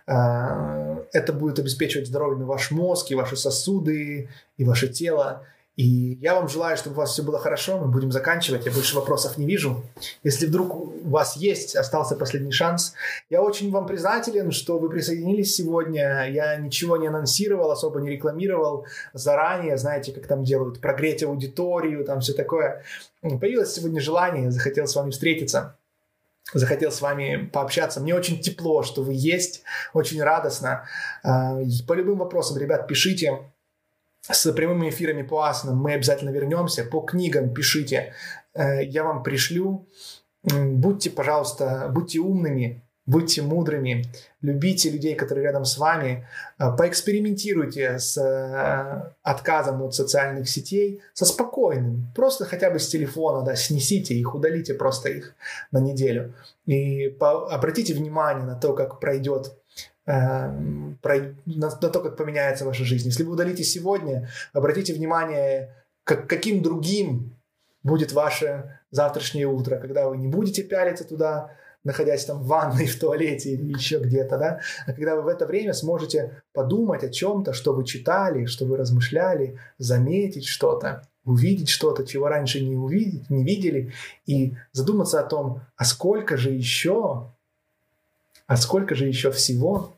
Э, это будет обеспечивать здоровьем ваш мозг, и ваши сосуды, и ваше тело. И я вам желаю, чтобы у вас все было хорошо. Мы будем заканчивать. Я больше вопросов не вижу. Если вдруг у вас есть, остался последний шанс. Я очень вам признателен, что вы присоединились сегодня. Я ничего не анонсировал, особо не рекламировал заранее. Знаете, как там делают, прогреть аудиторию, там все такое. Появилось сегодня желание, я захотел с вами встретиться. Захотел с вами пообщаться. Мне очень тепло, что вы есть. Очень радостно. По любым вопросам, ребят, пишите. С прямыми эфирами по асанам мы обязательно вернемся. По книгам пишите. Я вам пришлю. Будьте, пожалуйста, будьте умными, будьте мудрыми. Любите людей, которые рядом с вами. Поэкспериментируйте с отказом от социальных сетей, со спокойным. Просто хотя бы с телефона, да, снесите их, удалите просто их на неделю. И обратите внимание на то, как пройдет на, на то, как поменяется ваша жизнь. Если вы удалите сегодня, обратите внимание, как, каким другим будет ваше завтрашнее утро, когда вы не будете пялиться туда, находясь там в ванной, в туалете или еще где-то, да, а когда вы в это время сможете подумать о чем-то, что вы читали, что вы размышляли, заметить что-то, увидеть что-то, чего раньше не увидеть, не видели, и задуматься о том, а сколько же еще, а сколько же еще всего,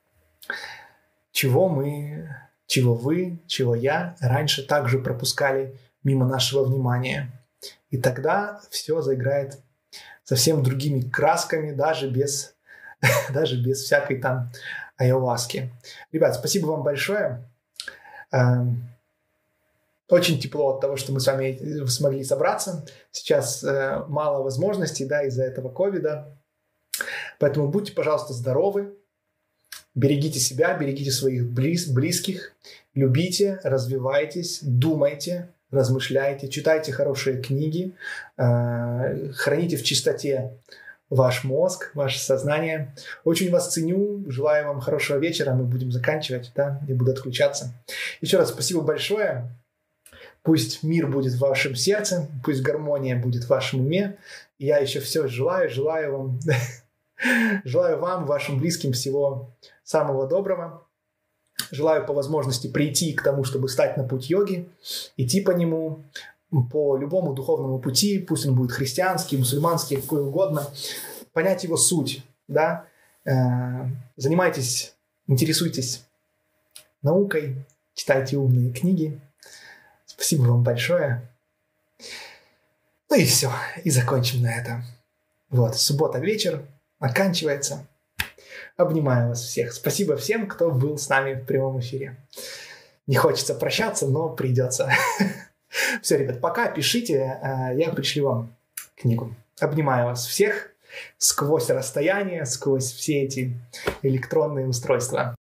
чего мы, чего вы, чего я раньше также пропускали мимо нашего внимания. И тогда все заиграет совсем другими красками, даже без, даже без всякой там айоваски. Ребят, спасибо вам большое. Очень тепло от того, что мы с вами смогли собраться. Сейчас мало возможностей, да, из-за этого ковида. Поэтому будьте, пожалуйста, здоровы. Берегите себя, берегите своих близ, близких, любите, развивайтесь, думайте, размышляйте, читайте хорошие книги, храните в чистоте ваш мозг, ваше сознание. Очень вас ценю, желаю вам хорошего вечера, мы будем заканчивать, да, я буду отключаться. Еще раз спасибо большое. Пусть мир будет в вашем сердце, пусть гармония будет в вашем уме. Я еще все желаю, желаю вам, желаю вам, вашим близким всего самого доброго. Желаю по возможности прийти к тому, чтобы стать на путь йоги, идти по нему, по любому духовному пути, пусть он будет христианский, мусульманский, какой угодно, понять его суть, да, занимайтесь, интересуйтесь наукой, читайте умные книги. Спасибо вам большое. Ну и все, и закончим на этом. Вот, суббота вечер, оканчивается. Обнимаю вас всех. Спасибо всем, кто был с нами в прямом эфире. Не хочется прощаться, но придется. Все, ребят, пока, пишите, я пришлю вам книгу. Обнимаю вас всех сквозь расстояние, сквозь все эти электронные устройства.